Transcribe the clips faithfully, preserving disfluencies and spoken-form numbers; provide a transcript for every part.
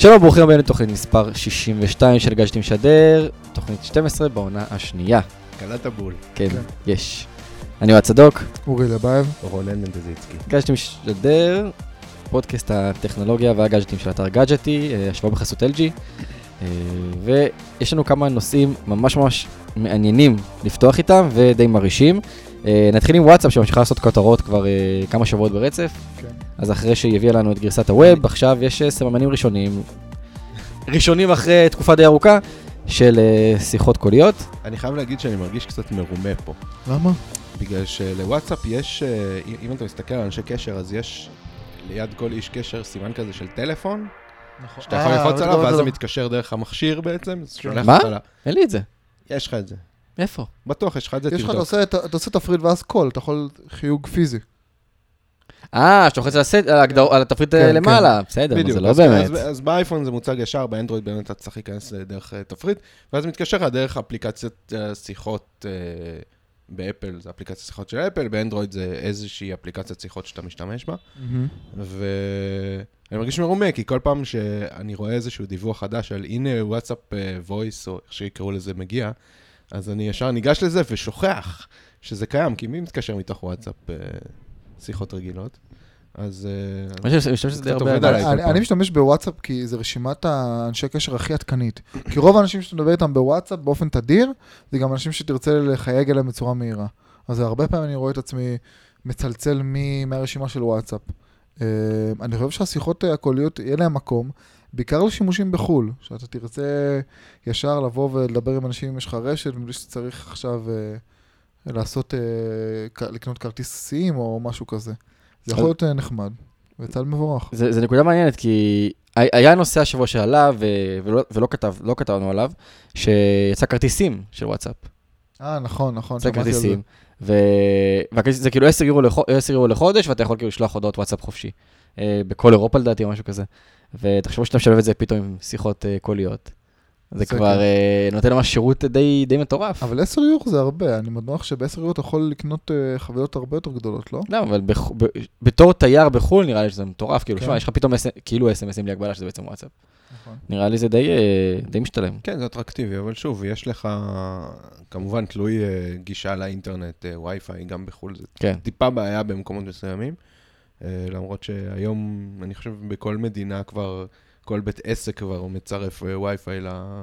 שלום, ברוכים הבאים לתוכנית מספר שישים ושתיים של גאדג'טים משדר, תוכנית שתים עשרה בעונה השנייה. קלט הבול. כן, יש. אני אוהד צדוק. אורי לבייב. רונן מנדזיצקי. גאדג'טים משדר, פודקאסט הטכנולוגיה והגאדג'טים של אתר גאדג'טי, השבוע בחסות אל ג'י. ויש לנו כמה נושאים ממש ממש מעניינים לפתוח איתם ודי מרישים. נתחיל עם וואטסאפ שממשיכה לעשות כותרות כבר כמה שבועות ברצף. כן. אז אחרי שהיא הביאה לנו את גרסת הווב, עכשיו יש סממנים ראשונים, ראשונים אחרי תקופה די ארוכה, של שיחות קוליות. אני חייב להגיד שאני מרגיש קצת מרומה פה. למה? בגלל שלוואטסאפ יש, אם אתה מסתכל על אנשי קשר, אז יש ליד כל איש קשר סימן כזה של טלפון, נכון. שאתה יכול ללחוץ עליו, ואז זה מתקשר דרך המכשיר בעצם. מה? אין לי את זה. יש לך את זה. איפה? בטוח, יש לך את זה, תבדוק. יש לך, אתה עושה תפריד ואז קול, אתה יכול חיוג פיזי. אה, שאתה חושב על התפריט למעלה, בסדר, זה לא באמת. אז באייפון זה מוצג ישר, באנדרואיד באמת אתה צריך להיכנס דרך תפריט, ואז מתקשר לך דרך אפליקציית שיחות באפל, זה אפליקציית שיחות של אפל, באנדרואיד זה איזושהי אפליקציית שיחות שאתה משתמש בה, ואני מרגיש מרומה, כי כל פעם שאני רואה איזשהו דיווח חדש על הנה וואטסאפ וויס, או איך שיקראו לזה מגיע, אז אני ישר ניגש לזה ושוכח שזה קיים, כי מי מתקשר מתוך וואטסאפ שיחות רגילות? אז אני משתמש בוואטסאפ כי זה רשימת האנשי קשר הכי עדכנית. כי רוב האנשים שאתה מדבר איתם בוואטסאפ באופן תדיר, זה גם אנשים שתרצה לחייג אליהם בצורה מהירה. אז הרבה פעמים אני רואה את עצמי מצלצל מהרשימה של וואטסאפ. אני חושב שהשיחות הקוליות יהיה להם מקום, בעיקר לשימושים בחול, שאתה תרצה ישר לבוא ולדבר עם אנשים אם יש לך רשת, מבלי שצריך עכשיו לעשות, לקנות כרטיסים או משהו כזה. זה יכול להיות נחמד, וצל מבורך. זה, זה נקודה מעניינת, כי היה נושא השבוע שעלה, ולא, ולא כתב, לא כתבנו עליו, שיצא כרטיסים של וואטסאפ. אה, נכון, נכון. יצא כרטיסים, וזה כאילו עשרה יורו לחודש, ואתה יכול כאילו לשלוח הודעות וואטסאפ חופשי. בכל אירופה לדעתי או משהו כזה. ותחשבו שאתה משלב את זה פתאום עם שיחות קוליות. זה כבר נותן ממש שירות די מטורף. אבל עשרה יורו זה הרבה, אני מדמיין שב-עשרה יורו אתה יכול לקנות חבילות הרבה יותר גדולות, לא? לא, אבל בתור תייר בחול נראה לי שזה מטורף, כאילו, שמע, יש לך פתאום כאילו אס אם אסים בלי הגבלה שזה בעצם וואטסאפ. נראה לי זה די משתלם. כן, זה אטרקטיבי, אבל שוב, יש לך כמובן תלוי גישה לאינטרנט, וי-פיי, גם בחול, זה טיפה בעיה במקומות מסוימים, למרות שהיום, אני חושב, בכל מדינה כבר כל בית עסק כבר הוא מצרף וי-פיי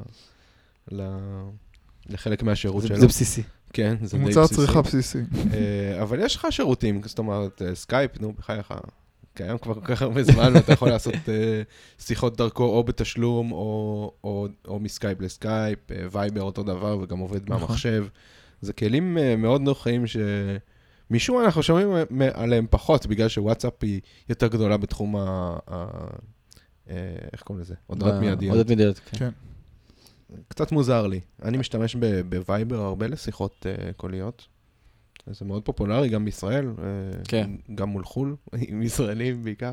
לחלק מהשירות שלו. זה בסיסי. כן, זה די בסיסי. מוצר צריכה בסיסי. אבל יש לך שירותים, זאת אומרת, סקייפ, נו, בחייך, קיים כבר כל כך הרבה זמן, ואתה יכול לעשות שיחות דרכו או בתשלום, או מסקייפ לסקייפ, וייבר אותו דבר, וגם עובד מהמחשב. זה כלים מאוד נוחים שמשום אנחנו שומעים עליהם פחות, בגלל שוואטסאפ היא יותר גדולה בתחום ה... איך קוראים לזה? הודעות מיידיות. הודעות מיידיות, כן. קצת מוזר לי. אני משתמש בווייבר הרבה לשיחות קוליות. זה מאוד פופולרי גם בישראל, גם מול חול, עם ישראלים בעיקר.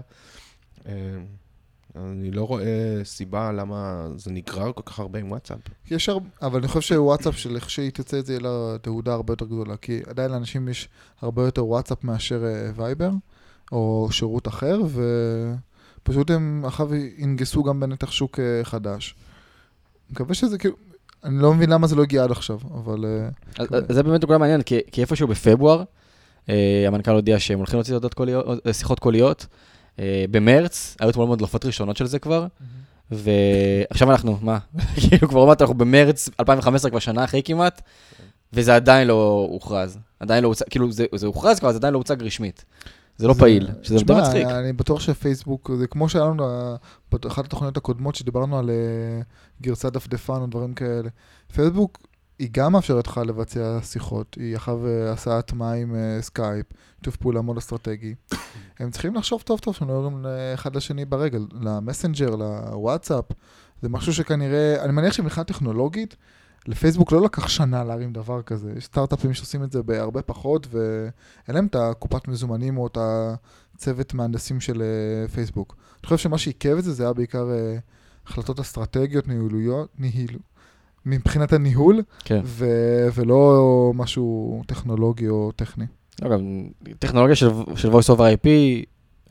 אני לא רואה סיבה למה זה נגרר כל כך הרבה עם וואטסאפ. יש הרבה, אבל אני חושב שוואטסאפ של איך שהיא תצא את זה, יהיה לה תהודה הרבה יותר גדולה, כי עדיין לאנשים יש הרבה יותר וואטסאפ מאשר וייבר, או שירות אחר, ו... פשוט הם אחר ינגסו גם בנתח שוק חדש. אני מקווה שזה כאילו, אני לא מבין למה זה לא הגיע עד עכשיו, אבל... זה באמת נקודה מעניין, כי איפשהו בפברואר, המנכ"ל הודיע שהם הולכים להוציא שיחות קוליות, במרץ, היו תמול מאוד דלפות ראשונות של זה כבר, ועכשיו אנחנו, מה? כאילו כבר אומרת, אנחנו במרץ אלפיים וחמש עשרה כבר שנה אחרי כמעט, וזה עדיין לא הוכרז. עדיין לא הוצג, כאילו זה הוכרז כבר, זה עדיין לא הוצג רשמית. זה לא פעיל, שזה די מצחיק. אני בטוח שפייסבוק, זה כמו שהיה לנו באחת התוכניות הקודמות שדיברנו על גרסת דפדפן או דברים כאלה. פייסבוק היא גם מאפשרת לך לבצע שיחות, היא אחר ועשה הטמעה עם סקייפ, שיתוף פעולה מאוד אסטרטגי. הם צריכים לחשוב טוב טוב, שהם לא יורים אחד לשני ברגל, למסנג'ר, לוואטסאפ, זה משהו שכנראה, אני מניח שמבחינה טכנולוגית, לפייסבוק לא לקח שנה להרים דבר כזה. יש סטארט-אפים שעושים את זה בהרבה פחות, ואין להם את הקופת מזומנים או את הצוות מהנדסים של פייסבוק. אני חושב שמה שעיכב את זה, זה היה בעיקר החלטות אסטרטגיות, ניהוליות, ניהול, מבחינת הניהול, כן. ו- ולא משהו טכנולוגי או טכני. לא, גם טכנולוגיה של, של Voice over איי פי,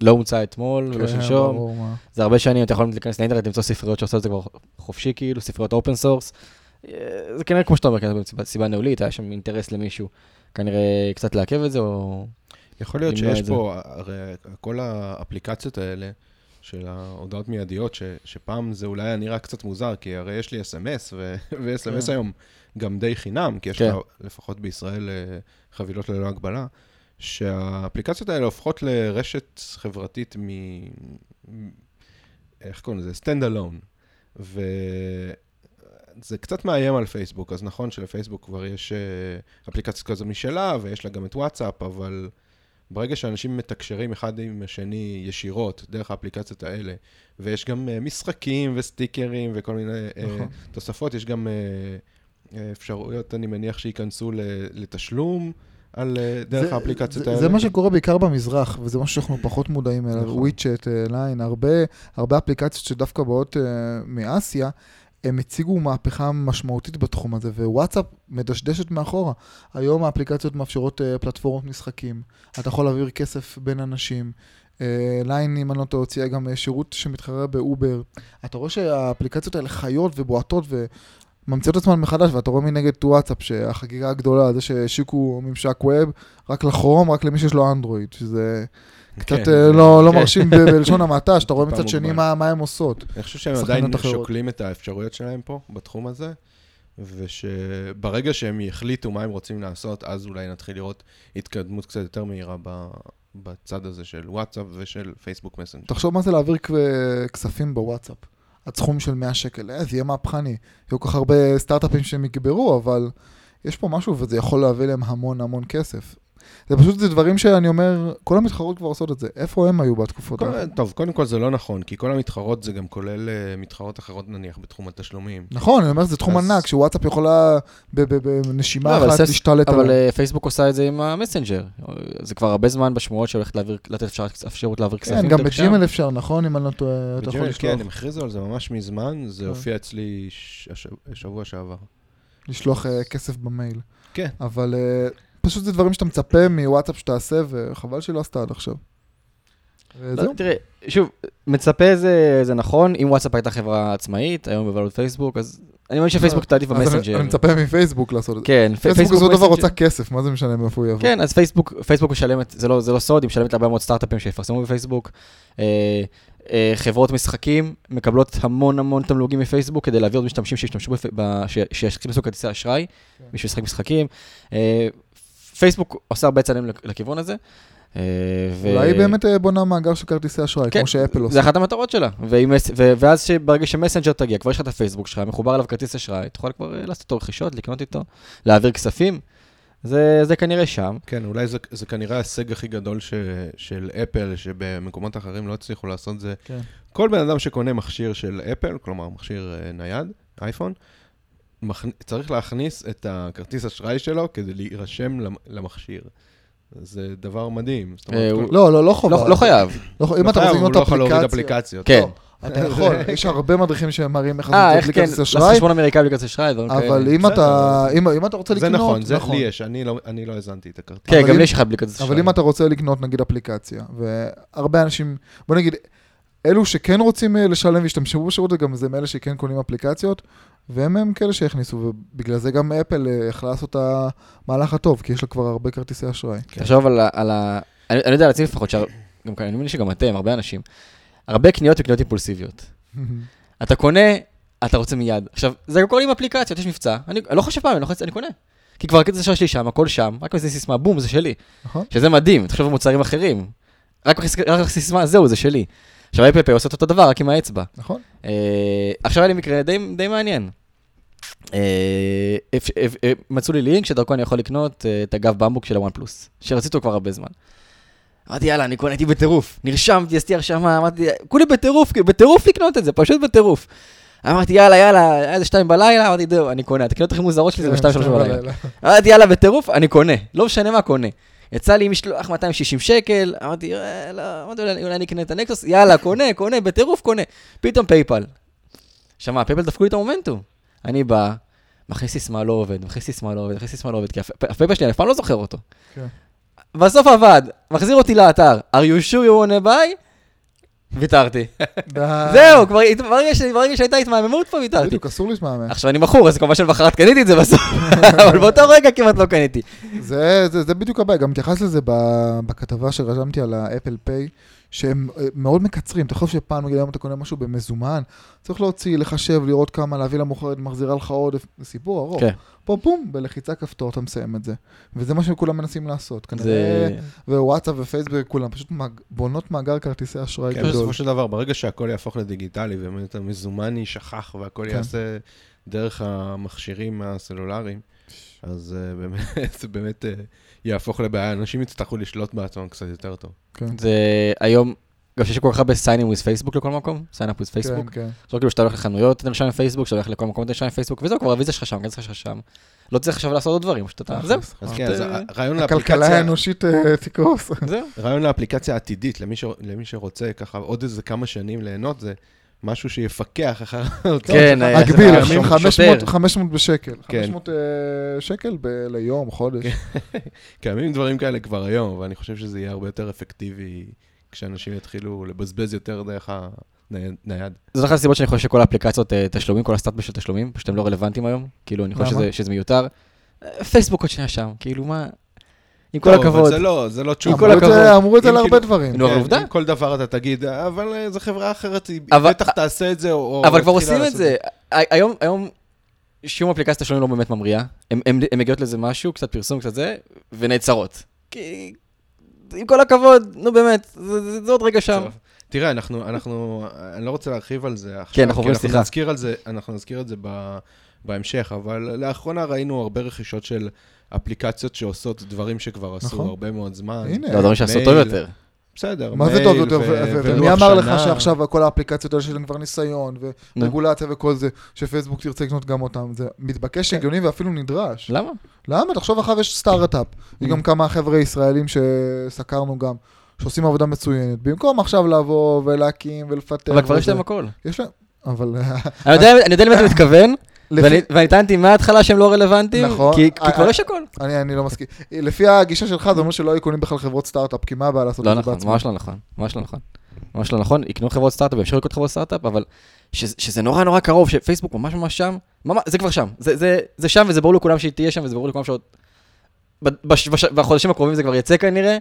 לא הומצא אתמול ולא כן, שלשום. ברור, מה. זה הרבה שנים, אתה יכול להיכנס לאינטרנט, למצוא ספריות שעושות את זה כבר חופשי כאילו, ספריות אופן סורס. זה כנראה כמו שאתה אומר, כנראה סיבה נעולית, היה שם אינטרס למישהו, כנראה קצת לעכב את זה, או... יכול להיות למנוע שיש את זה. פה, הרי כל האפליקציות האלה, של ההודעות מיידיות, ש, שפעם זה אולי היה נראה קצת מוזר, כי הרי יש לי אס אם אס, ו-אס אם אס כן. היום גם די חינם, כי יש כן. לה, לפחות בישראל, אה, חבילות ללא הגבלה, שהאפליקציות האלה הופכות לרשת חברתית מ... מ- איך קוראים לזה? stand alone. וזה קצת מאיים על פייסבוק, אז נכון שלפייסבוק כבר יש אה, אפליקציה כזו משלה, ויש לה גם את וואטסאפ, אבל ברגע שאנשים מתקשרים אחד עם השני ישירות דרך האפליקציות האלה, ויש גם uh, משחקים וסטיקרים וכל מיני נכון. uh, תוספות, יש גם uh, אפשרויות, אני מניח, שייכנסו לתשלום על uh, דרך זה- האפליקציות זה- האלה. זה מה שקורה בעיקר במזרח, וזה משהו שאנחנו פחות מודעים אליו. נכון. וויצ'ט, ליין, הרבה הרבה אפליקציות שדווקא באות אה, מאסיה, הם הציגו מהפכה משמעותית בתחום הזה, ווואטסאפ מדשדשת מאחורה. היום האפליקציות מאפשרות אה, פלטפורמות משחקים, אתה יכול להעביר כסף בין אנשים, אה, ליין, אם אני לא טועה, הוציאה גם אה, שירות שמתחרה באובר. אתה רואה שהאפליקציות האלה חיות ובועטות וממציאות עצמן מחדש, ואתה רואה מנגד את וואטסאפ, שהחגיגה הגדולה, זה שהשיקו ממשק ווב, רק לכרום, רק למי שיש לו אנדרואיד, שזה קצת כן, אה, זה- לא לא כן. מרשים ב- בלשון המעטה, שאתה רואה טיפה מצד שני מוגבל. מה מה הן עושות. אני חושב שהם שחקניות עדיין אחרות. שוקלים את האפשרויות שלהם פה, בתחום הזה, ושברגע שהם יחליטו מה הם רוצים לעשות, אז אולי נתחיל לראות התקדמות קצת יותר מהירה ב- בצד הזה של וואטסאפ ושל פייסבוק מסנג'ר. תחשוב מה זה להעביר כ- כספים בוואטסאפ. הסכום של מאה שקל, אה, זה יהיה מהפכני. יהיו כל כך הרבה סטארט-אפים שהם יגברו, אבל יש פה משהו וזה יכול להביא להם המון המון כסף. זה פשוט זה דברים שאני אומר, כל המתחרות כבר עושות את זה. איפה הם היו בתקופות כל- האלה? טוב, קודם כל זה לא נכון, כי כל המתחרות זה גם כולל אה, מתחרות אחרות נניח בתחום התשלומים. נכון, אני אומר, זה תחום אז- ענק, שוואטסאפ יכולה ב- ב- לא, בנשימה אבל אחת סס- להשתלט אבל עליהם. אה, פייסבוק עושה את זה עם המסנג'ר. זה כבר הרבה זמן בשמועות שהולכת להעביר- לתת אפשר- אפשרות להעביר כספים. כן, גם דרך שם. בג'ימל אפשר, נכון? אם אני לא טועה, אתה יכול בג'ימל, לשלוח. כן, הם הכריזו על זה ממש מזמן, זה כן. הופיע אצלי ש- השב- שבוע שעבר. לשלוח אה, כסף במייל. כן. אבל אה, פשוט זה דברים שאתה מצפה מוואטסאפ שתעשה, וחבל שהיא לא עשתה עד עכשיו. לא, וזהו. תראה, שוב, מצפה זה זה נכון, אם וואטסאפ הייתה חברה עצמאית, היום בבעלות פייסבוק, אז אני מאמין שפייסבוק תעדיף אז אני- במסנג'ר. אני מצפה מפייסבוק לעשות את זה. כן, פ- פייסבוק בסופו של דבר מסנג'ר- רוצה כסף, מה זה משנה מאיפה הוא יבוא? כן, אז פייסבוק, פייסבוק משלמת, זה לא, זה לא סוד, היא משלמת להרבה מאוד סטארט-אפים שיפרסמו בפייסבוק. אה, אה, חברות משחקים מקבלות המון המון תמלוגים מפייסבוק כדי להביא עוד משתמשים שישתמשו, בפ... ב... ש... שיכניסו כרטיסי אשראי, בשביל לשחק משחקים. אה, פייסבוק עושה הרבה צעדים לכ- לכיוון הזה. אה, ו... אולי היא באמת אה, בונה מאגר של כרטיסי אשראי, כן, כמו שאפל זה עושה. אחת המטרות שלה. ועם... ו... ואז שברגע שמסנג'ר תגיע, כבר יש לך את הפייסבוק שלך, מחובר אליו כרטיס אשראי, אתה יכול כבר אה, לעשות אותו רכישות, לקנות איתו, להעביר כספים. זה, זה כנראה שם. כן, אולי זה, זה כנראה ההישג הכי גדול ש, של אפל, שבמקומות אחרים לא הצליחו לעשות זה. כן. כל בן אדם שקונה מכשיר של אפל, כלומר מכשיר uh, נייד, אייפון, מכ... צריך להכניס את הכרטיס אשראי שלו כדי להירשם למ... למכשיר. זה דבר מדהים. זאת אומרת, אה, כל- הוא- לא, לא, לא חובה. לא, לא חייב. לא ח- אם לא אתה חייב, רוצה הוא לקנות לא יכול להוריד אפליקציה, אפליקציות. כן. לא, אתה יכול, יש הרבה מדריכים שמראים איך אה, לעשות איך בלי כן, כרטיס לעשות אשראי, חשבון אמריקאי בלי כרטיס אשראי, דברים כאלה. אבל אם בסדר. אתה אם אם אתה רוצה זה לקנות, נכון, זה לי יש, אני לא, אני לא הזנתי את הכרטיס. כן, אבל גם אם- לי יש אחד בלי כרטיס אשראי. אבל אם אתה רוצה לקנות נגיד אפליקציה, והרבה אנשים, בוא נגיד, אלו שכן רוצים אה, לשלם וישתמשו בשירות, גם זה מאלה שכן קונים אפליקציות, והם הם כאלה שהכניסו, ובגלל זה גם אפל אה, יכלה לעשות את המהלך הטוב, כי יש לה כבר הרבה כרטיסי אשראי. תחשוב על ה... על ה... אני אני יודע על עצמי לפחות, שה- גם כאן, אני מבין שגם אתם, הרבה אנשים, הרבה קניות וקניות אימפולסיביות. אתה קונה, אתה רוצה מיד. עכשיו, זה גם קורה עם אפליקציות, יש מבצע, אני אני לא חושב פעם, אני לא חושב, אני קונה. כי כבר הכרטיס אשראי שלי שם, הכל שם, רק מזה סיסמה, בום, זה שלי. נכון? שזה מדהים, תחשוב על מוצרים אחרים. רק רק סיסמה, זהו, זה שלי. עכשיו, אפל פיי עושה את אותו דבר, רק עם האצבע. נכון? אה, עכשיו היה לי מקרה די, די מעניין. אה, אפ- אפ- אה, מצאו לי לינק שדרכו אני יכול לקנות אה, את הגב במבוק של הוואן פלוס, שרציתי אותו כבר הרבה זמן. אמרתי, יאללה, אני קונה, הייתי בטירוף. נרשמתי, עשיתי הרשמה, אמרתי, כולי בטירוף, בטירוף לקנות את זה, פשוט בטירוף. אמרתי, יאללה, יאללה, היה איזה שתיים בלילה, אמרתי, דו, אני קונה. התקנות הכי מוזרות שלי זה בשתיים שלוש בלילה. אמרתי, יאללה, בטירוף, אני קונה. לא משנה מה קונה. יצא לי משלוח מאתיים ושישים שקל, אמרתי, "אה, לא, אמרתי, אולי אולי אני אקנה את הנקסוס, יאללה, קונה, קונה, בטירוף קונה. פתאום פייפל. שמע, פייפל דפקו לי את המומנטום. אני בא, מכניס סיסמה לא עובד, מכניס סיסמה לא עובד, מכניס סיסמה לא עובד, כי הפ- הפייפל שלי, אני אף פעם לא זוכר אותו. כן. בסוף עבד, מחזיר אותי לאתר, are you sure you want to buy? ויתרתי. זהו, כבר ברגע שהייתה התמהממות פה, ויתרתי. בדיוק, אסור להתמהמם. עכשיו אני מכור, אז כמובן שלמחרת קניתי את זה בסוף, אבל באותו רגע כמעט לא קניתי. זה בדיוק הבעיה, גם מתייחס לזה בכתבה שרשמתי על האפל פיי, שהם מאוד מקצרים, אתה חושב שפעם מגיע אתה קונה משהו במזומן, צריך להוציא, לחשב, לראות כמה, להביא למוכרת, מחזירה לך עוד, זה סיפור ארוך. פה פום, בלחיצה כפתור אתה מסיים את זה. וזה מה שכולם מנסים לעשות. כנראה, ווואטסאפ ופייסבוק, כולם פשוט בונות מאגר כרטיסי אשראי גדול. בסופו של דבר, ברגע שהכל יהפוך לדיגיטלי, ובאמת המזומן יישכח, והכל יעשה דרך המכשירים הסלולריים, אז זה באמת יהפוך לבעיה. אנשים יצטרכו לשלוט בעצמם קצת יותר טוב. זה היום, גם שיש כל כך הרבה sign in with פייסבוק לכל מקום, sign up with פייסבוק. כן, כן. זאת כאילו שאתה הולך לחנויות, אתה נרשם עם פייסבוק, שאתה הולך לכל מקום, אתה נרשם עם פייסבוק, וזהו, כבר הוויזה שלך שם, כן שלך שם. לא צריך עכשיו לעשות עוד דברים, שאתה, זהו. אז כן, אז רעיון לאפליקציה... הכלכלה האנושית תקרוס. זהו. רעיון לאפליקציה עתידית, למי שרוצה ככה עוד איזה כמה שנים ליהנות, זה משהו שיפקח אחר ההוצאות. כן, אגביל, חמש מאות בשקל. חמש מאות שקל ליום, חודש. קיימים דברים כאלה כבר היום, ואני חושב שזה יהיה הרבה יותר אפקטיבי כשאנשים יתחילו לבזבז יותר דרך הנייד. זו אחת הסיבות שאני חושב שכל האפליקציות תשלומים, כל הסטארט של תשלומים, פשוט הם לא רלוונטיים היום. כאילו, אני חושב שזה מיותר. פייסבוק עוד שנייה שם, כאילו מה... עם כל הכבוד. זה לא, זה לא תשוב. אמרו את זה להרבה דברים. נו, אבל עובדה. עם כל דבר אתה תגיד, אבל זו חברה אחרת, היא בטח תעשה את זה, או... אבל כבר עושים את זה. היום, היום, שום אפליקציה תשלומים לא באמת ממריאה. הם מגיעות לזה משהו, קצת פרסום, קצת זה, ונעצרות. כי... עם כל הכבוד, נו באמת, זה עוד רגע שם. תראה, אנחנו, אנחנו, אני לא רוצה להרחיב על זה עכשיו. כן, אנחנו עוברים סליחה. נזכיר על זה, אנחנו נזכיר את זה בהמשך, אבל לאחרונה ראינו הרבה רכישות של אפליקציות שעושות דברים שכבר עשו הרבה מאוד זמן. לא, דברים שעשו טוב יותר. בסדר, מה זה טוב יותר? ומי אמר לך שעכשיו כל האפליקציות האלה שלהם כבר ניסיון, ורגולציה וכל זה, שפייסבוק תרצה לקנות גם אותם, זה מתבקש הגיוני ואפילו נדרש. למה? למה? תחשוב אחר יש סטארט-אפ, יש גם כמה חבר'ה ישראלים שסקרנו גם, שעושים עבודה מצוינת, במקום עכשיו לבוא ולהקים ולפתח. אבל כבר יש להם הכל. יש להם, אבל... אני יודע למה אתה מתכוון, ואני טענתי מההתחלה שהם לא רלוונטיים, כי כבר יש הכל. אני לא מסכים. לפי הגישה שלך, זה אומר שלא יקונים בכלל חברות סטארט-אפ, כי מה הבעיה לעשות את זה בעצמם? לא נכון, ממש לא נכון, ממש לא נכון. ממש לא נכון, יקנו חברות סטארט-אפ, ואפשר לקנות חברות סטארט-אפ, אבל שזה נורא נורא קרוב, שפייסבוק ממש ממש שם, זה כבר שם. זה שם, וזה ברור לכולם שהיא תהיה שם, וזה ברור לכולם שעוד... בחודשים הקרובים זה כבר יצא כנראה,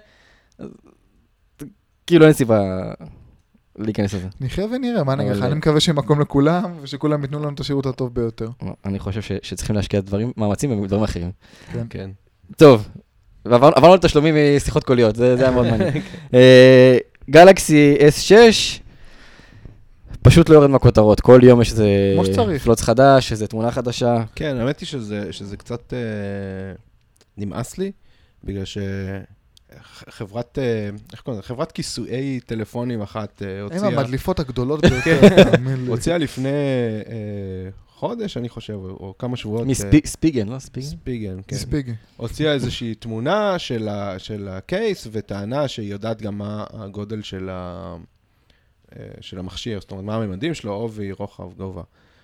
כאילו אין סיבה להיכנס לזה. נחיה ונראה, מה נגיד לך? אני מקווה שיהיה מקום לכולם, ושכולם ייתנו לנו את השירות הטוב ביותר. אני חושב שצריכים להשקיע דברים, מאמצים ודברים אחרים. כן. כן. טוב, עברנו לתשלומים משיחות קוליות, זה היה מאוד מעניין. גלקסי אס שש, פשוט לא יורד מהכותרות, כל יום יש איזה פלוץ חדש, איזה תמונה חדשה. כן, האמת היא שזה קצת נמאס לי, בגלל ש... חברת, איך קוראים לזה? חברת כיסויי טלפונים אחת הוציאה... הם המדליפות הגדולות ביותר. הוציאה לפני חודש, אני חושב, או כמה שבועות. מספיגן, לא ספיגן? ספיגן, כן. ספיגן. הוציאה איזושהי תמונה של הקייס, וטענה שהיא יודעת גם מה הגודל של המכשיר, זאת אומרת, מה הממדים שלו, עובי, רוחב, גובה.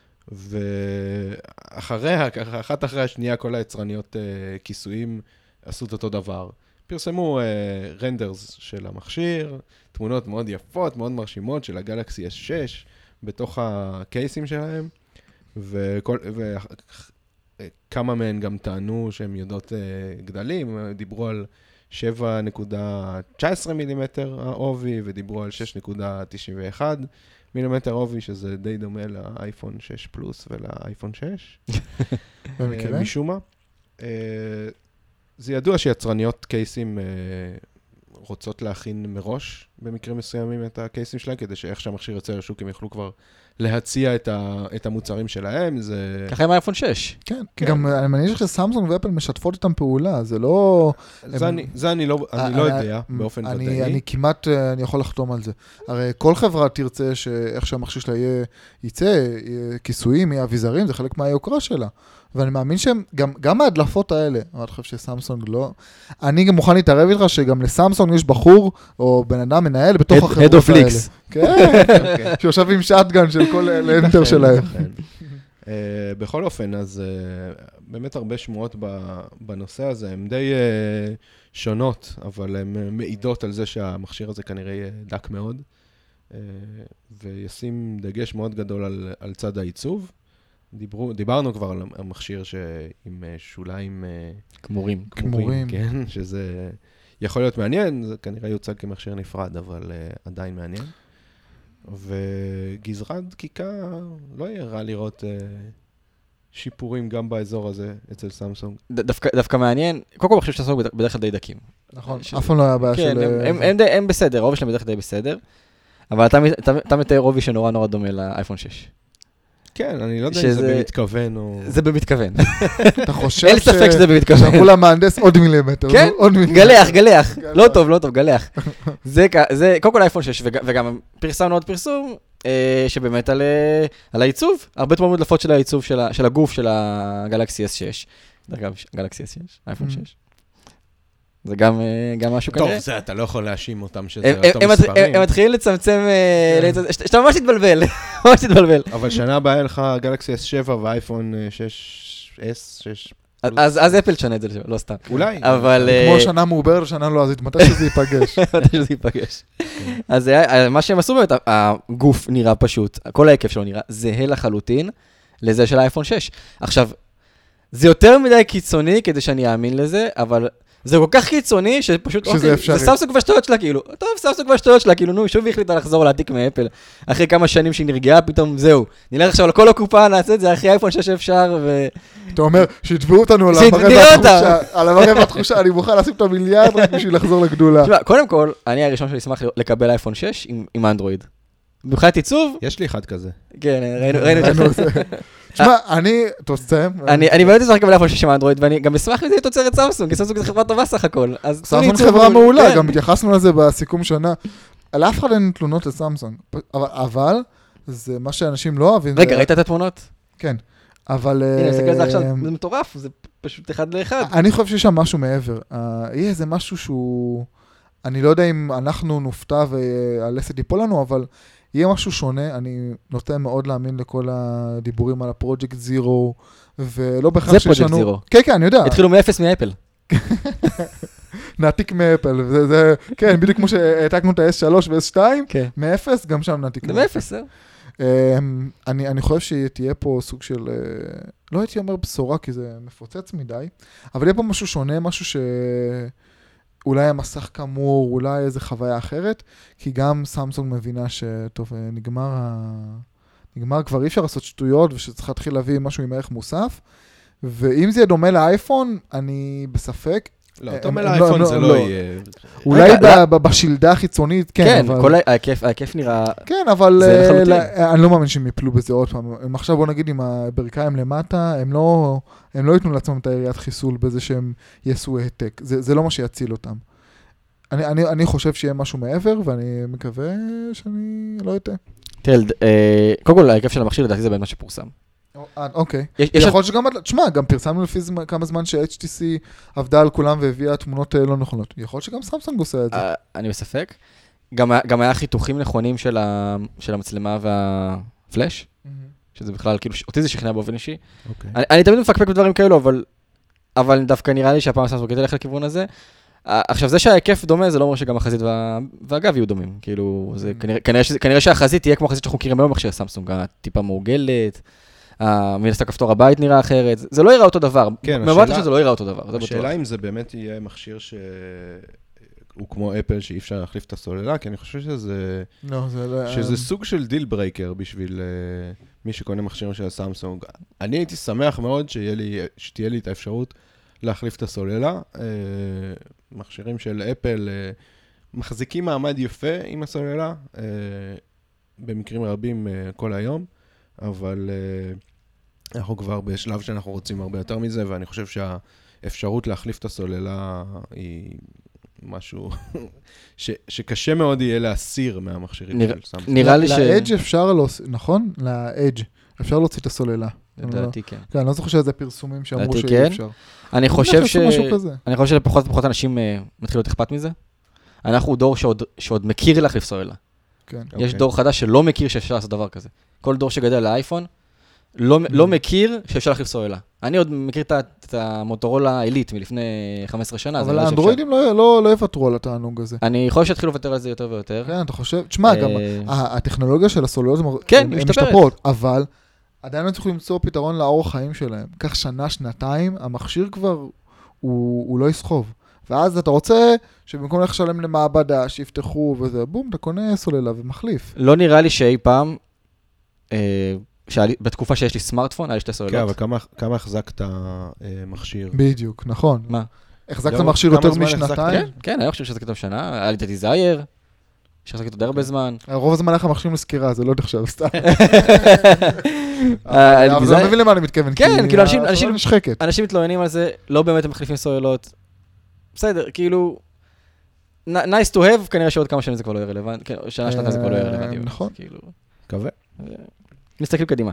ואחריה, ככה, אחת אחרי השנייה, כל היצרניות כיסויים עשו את אותו דבר. פרסמו רנדרס uh, של המכשיר, תמונות מאוד יפות, מאוד מרשימות של הגלקסי אס שש בתוך הקייסים שלהם, וכל, וכמה מהן גם טענו שהן יודעות uh, גדלים, דיברו על שבע נקודה תשע עשרה מילימטר העובי, ודיברו על שש נקודה תשעים ואחת מילימטר עובי, שזה די דומה לאייפון שש פלוס ולאייפון שש. במקרה? משום מה. Uh, זה ידוע שיצרניות קייסים אה, רוצות להכין מראש במקרים מסוימים את הקייסים שלהם, כדי שאיך שהמכשיר יוצא לשוק הם יוכלו כבר להציע את, ה, את המוצרים שלהם. זה... ככה עם האייפון שש. כן, כן. גם אני מניח שסמסונג ואפל משתפות איתם פעולה, זה לא... זה, הם... אני, זה אני לא, אני לא יודע באופן אני, ודאי. אני כמעט, אני יכול לחתום על זה. הרי כל חברה תרצה שאיך שהמכשיר שלה יהיה, יצא, יהיה כיסויים, יהיה אביזרים, זה חלק מהיוקרה שלה. ואני מאמין שהם, גם, גם ההדלפות האלה, אני חושב שסמסונג לא... אני גם מוכן להתערב איתך שגם לסמסונג יש בחור, או בן אדם מנהל בתוך החברות האלה. Head of Leaks. כן, שיושב עם שטגן של כל האנטר שלהם. Uh, בכל אופן, אז uh, באמת הרבה שמועות ב- בנושא הזה, הן די uh, שונות, אבל הן uh, מעידות על זה שהמכשיר הזה כנראה יהיה דק מאוד, uh, וישים דגש מאוד גדול על, על צד העיצוב. דיברו, דיברנו כבר על המכשיר שעם uh, שוליים uh, כמורים. כמורים. כן, שזה יכול להיות מעניין, זה כנראה יוצג כמכשיר נפרד, אבל uh, עדיין מעניין. וגזרת דקיקה, לא יהיה רע לראות uh, שיפורים גם באזור הזה אצל סמסונג. ד- דווקא, דווקא מעניין, קודם כל מחשב של סמסונג בדרך כלל די דקים. נכון, ש- אף פעם לא היה בעיה כן, של... הם, הם, הם, די, הם בסדר, רוב שלהם בדרך כלל די בסדר, אבל אתה, אתה, אתה מתאר רובי שנורא נורא דומה לאייפון שש. כן, אני לא יודע אם שזה- זה במתכוון או... זה במתכוון. אתה חושב אין ספק שזה במתכוון. שאמרו למהנדס עוד מילימטר. כן, עוד מילימטר. גלח, גלח. גלח. לא טוב, לא טוב, גלח. זה, כ- זה, קודם כל אייפון שש, וג- וגם פרסמנו עוד פרסום, אה, שבאמת על, אה, על העיצוב, הרבה תמונות מודלפות של העיצוב של, ה- של הגוף של הגלקסי אס שש. דרך אגב, גלקסי אס שש, אייפון Mm. שש. זה גם, אה, גם משהו טוב, כנראה. זה אתה לא יכול להאשים אותם שזה הם- אותו הם- הם מת- מספרים. הם הם מתחילים לצמצם, אה, כן. לצ- שאתה ממש תתבלבל, ממש תתבלבל. אבל שנה הבאה לך גלקסי אס שבע ואייפון אה, שש אס, שש... אז אז אפל תשנה את זה, לא סתם. אולי. אבל... אה, כמו שנה מעוברת, שנה לועזית, מתי שזה ייפגש. מתי שזה ייפגש. אז זה היה- מה שהם עשו באמת, הגוף נראה פשוט, כל ההיקף שלו נראה זהה לחלוטין לזה של האייפון שש. עכשיו, זה יותר מדי קיצוני כדי שאני אאמין לזה, אבל זה כל כך קיצוני שפשוט, שזה אוקיי, אפשרי. זה סמסונג והשטויות שלה, כאילו, טוב, סמסונג והשטויות שלה, כאילו, נו, שוב היא החליטה לחזור להעתיק מאפל. אחרי כמה שנים שהיא נרגעה, פתאום זהו. נלך עכשיו על כל הקופה, נעשה את זה אחרי אייפון שש אפשר, ו... אתה אומר, שיתבעו אותנו על שנראה המראה אותם. והתחושה, על המראה והתחושה, אני מוכן לשים את המיליארד רק בשביל לחזור לגדולה. תשמע, קודם כל, אני הראשון שאני אשמח לקבל אייפון שש עם- עם אנדרואיד. מבחינת עיצוב, יש לי אחד כזה. כן, ראינו, ראינו את זה. ראינו את זה. תשמע, אני, תסיים. אני אני באמת אשמח לקבל אייפון שש עם אנדרואיד, ואני גם אשמח אם זה יהיה תוצרת סמסונג, כי סמסונג זה חברה טובה סך הכל. אז תנו לי סמסונג עיצוב חברה מעולה. מעולה, כן. גם התייחסנו לזה בסיכום שנה. על אף אחד אין תלונות לסמסונג, אבל- אבל זה מה שאנשים לא אוהבים. רגע, זה- ראית את התמונות? כן, אבל... הנה, תסתכל על זה עכשיו, אה, זה מטורף, זה פשוט אחד לאחד. אני חושב שיש שם משהו מעבר. אה, יהיה איזה משהו שהוא... אני לא יודע אם אנחנו נופתע והלסת ייפול לנו, אבל יהיה משהו שונה. אני נוטה מאוד להאמין לכל הדיבורים על הפרויקט זירו, ולא בהכרח זה שיש Project לנו... Zero. כן, כן, אני יודע. התחילו מאפס מאפל. נעתיק מאפל. זה, זה, כן, בדיוק כמו שהעתקנו את ה-אס שלוש ו-אס שתיים, כן. מאפס, גם שם נעתיק זה מאפל. מאפס, זהו. אמ, אני, אני חושב שתהיה פה סוג של, אה, לא הייתי אומר בשורה כי זה מפוצץ מדי, אבל יהיה פה משהו שונה, משהו שאולי המסך כאמור, אולי איזו חוויה אחרת, כי גם סמסונג מבינה שטוב, אה, נגמר, ה... נגמר כבר אי אפשר לעשות שטויות, ושצריך להתחיל להביא משהו עם ערך מוסף, ואם זה יהיה דומה לאייפון, אני בספק. לא, הם- דומה הם לא- לאייפון הם זה לא- לא לא. יהיה... אולי רגע, ב- ב- בשלדה החיצונית, כן, כן, אבל... כל ה- ההיקף ההיקף נראה... כן, אבל זה אה, לחלוטין. לא, אני לא מאמין שהם יפלו בזה עוד פעם. הם עכשיו, בוא נגיד, עם הברכיים למטה, הם לא, הם לא ייתנו לעצמם את היריית חיסול בזה שהם יעשו העתק. זה, זה לא מה שיציל אותם. אני, אני, אני חושב שיהיה משהו מעבר, ואני מקווה שאני לא אטעה. תראה, אה, קודם כל ההיקף של המכשיר לדעתי זה באמת מה שפורסם. אה, אוקיי. יש- יש- יכול להיות שגם, תשמע, גם פרסמנו לפי זמן, כמה זמן ש-אייץ' טי סי עבדה על כולם והביאה תמונות אה, לא נכונות. יכול להיות שגם סמסונג עושה את זה. אה, אני בספק. גם היה- גם היה חיתוכים נכונים של ה- של המצלמה והפלאש, שזה בכלל, כאילו, אותי זה שכנע באופן אישי. אוקיי. אני, אני תמיד מפקפק בדברים כאלו, אבל, אבל דווקא נראה לי שהפעם סמסונג תלך לכיוון הזה. אה, עכשיו, זה שההיקף דומה, זה לא אומר שגם החזית וה, והגב יהיו דומים. כאילו, זה, Mm. כנראה, כנראה, שזה, כנראה שהחזית תהיה כמו החזית שאנחנו מכירים היום מכשיר סמסונג, הטיפה מעוגלת, אה, מן הסתם כפתור הבית נראה אחרת, זה, זה לא יראה אותו דבר. כן, מבט השאלה- שזה לא יראה אותו דבר, זה בטוח. השאלה אם זה באמת יהיה מכשיר שהוא כמו אפל, שאי אפשר להחליף את הסוללה, כי אני חושב שזה... לא, זה לא... שזה סוג של דיל ברייקר בשביל uh, מי שקונה מכשירים של הסמסונג. אני הייתי שמח מאוד שתהיה לי, שתהיה לי את האפשרות להחליף את הסוללה. Uh, מכשירים של אפל uh, מחזיקים מעמד יפה עם הסוללה, uh, במקרים רבים uh, כל היום, אבל uh, אנחנו כבר בשלב שאנחנו רוצים הרבה יותר מזה, ואני חושב שהאפשרות להחליף את הסוללה היא... משהו ש, שקשה מאוד יהיה להסיר מהמכשירים נראה- של סמסונג. נראה לי ש... לאדג' אפשר להוציא, נכון? לאדג' אפשר להוציא את הסוללה. לדעתי כן. כן, אני לא זוכר שזה פרסומים שאמרו לדעתי שאי כן. אפשר. אני חושב ש... משהו כזה. אני חושב שלפחות ופחות אנשים אה, מתחילים להיות אכפת מזה. אנחנו דור שעוד, שעוד מכיר להחליף סוללה. כן. יש אוקיי. דור חדש שלא מכיר שאפשר לעשות דבר כזה. כל דור שגדל לאייפון, לא, לא מכיר שאפשר להחליף סוללה. אני עוד מכיר את, את המוטורולה העילית מלפני חמש עשרה שנה. אבל האנדרואידים לא, לא, לא יוותרו על התענוג הזה. אני חושב שהתחילו לוותר על זה יותר ויותר. כן, אתה חושב, תשמע, גם הטכנולוגיה של הסוללות כן, משתפרת. אבל עדיין לא צריכים למצוא פתרון לאורח חיים שלהם. כך שנה, שנתיים, המכשיר כבר, הוא, הוא לא יסחוב. ואז אתה רוצה שבמקום לך לשלם למעבדה, שיפתחו וזה, בום, אתה קונה סוללה ומחליף. לא נראה לי שאי פעם, אה, בתקופה שיש לי סמארטפון, היה לי שתי סוללות. כן, אבל כמה, כמה החזקת מכשיר? בדיוק, נכון. מה? החזקת מכשיר יותר משנתיים? כן, כן, אני חושב שהחזקתי אותו שנה, היה לי את הדיזייר, שהחזקתי אותו די הרבה זמן. רוב הזמן היה לך מכשירים לסקירה, זה לא נחשב סתם. אבל לא מבין למה אני מתכוון. כן, כאילו אנשים מתלוננים על זה, לא באמת הם מחליפים סוללות. בסדר, כאילו, nice to have, כנראה שעוד כמה שנים זה כבר לא יהיה רלוונטי, שנה שנתיים זה כבר לא יהיה רלוונטי. נכון. מקווה. מסתכלים קדימה.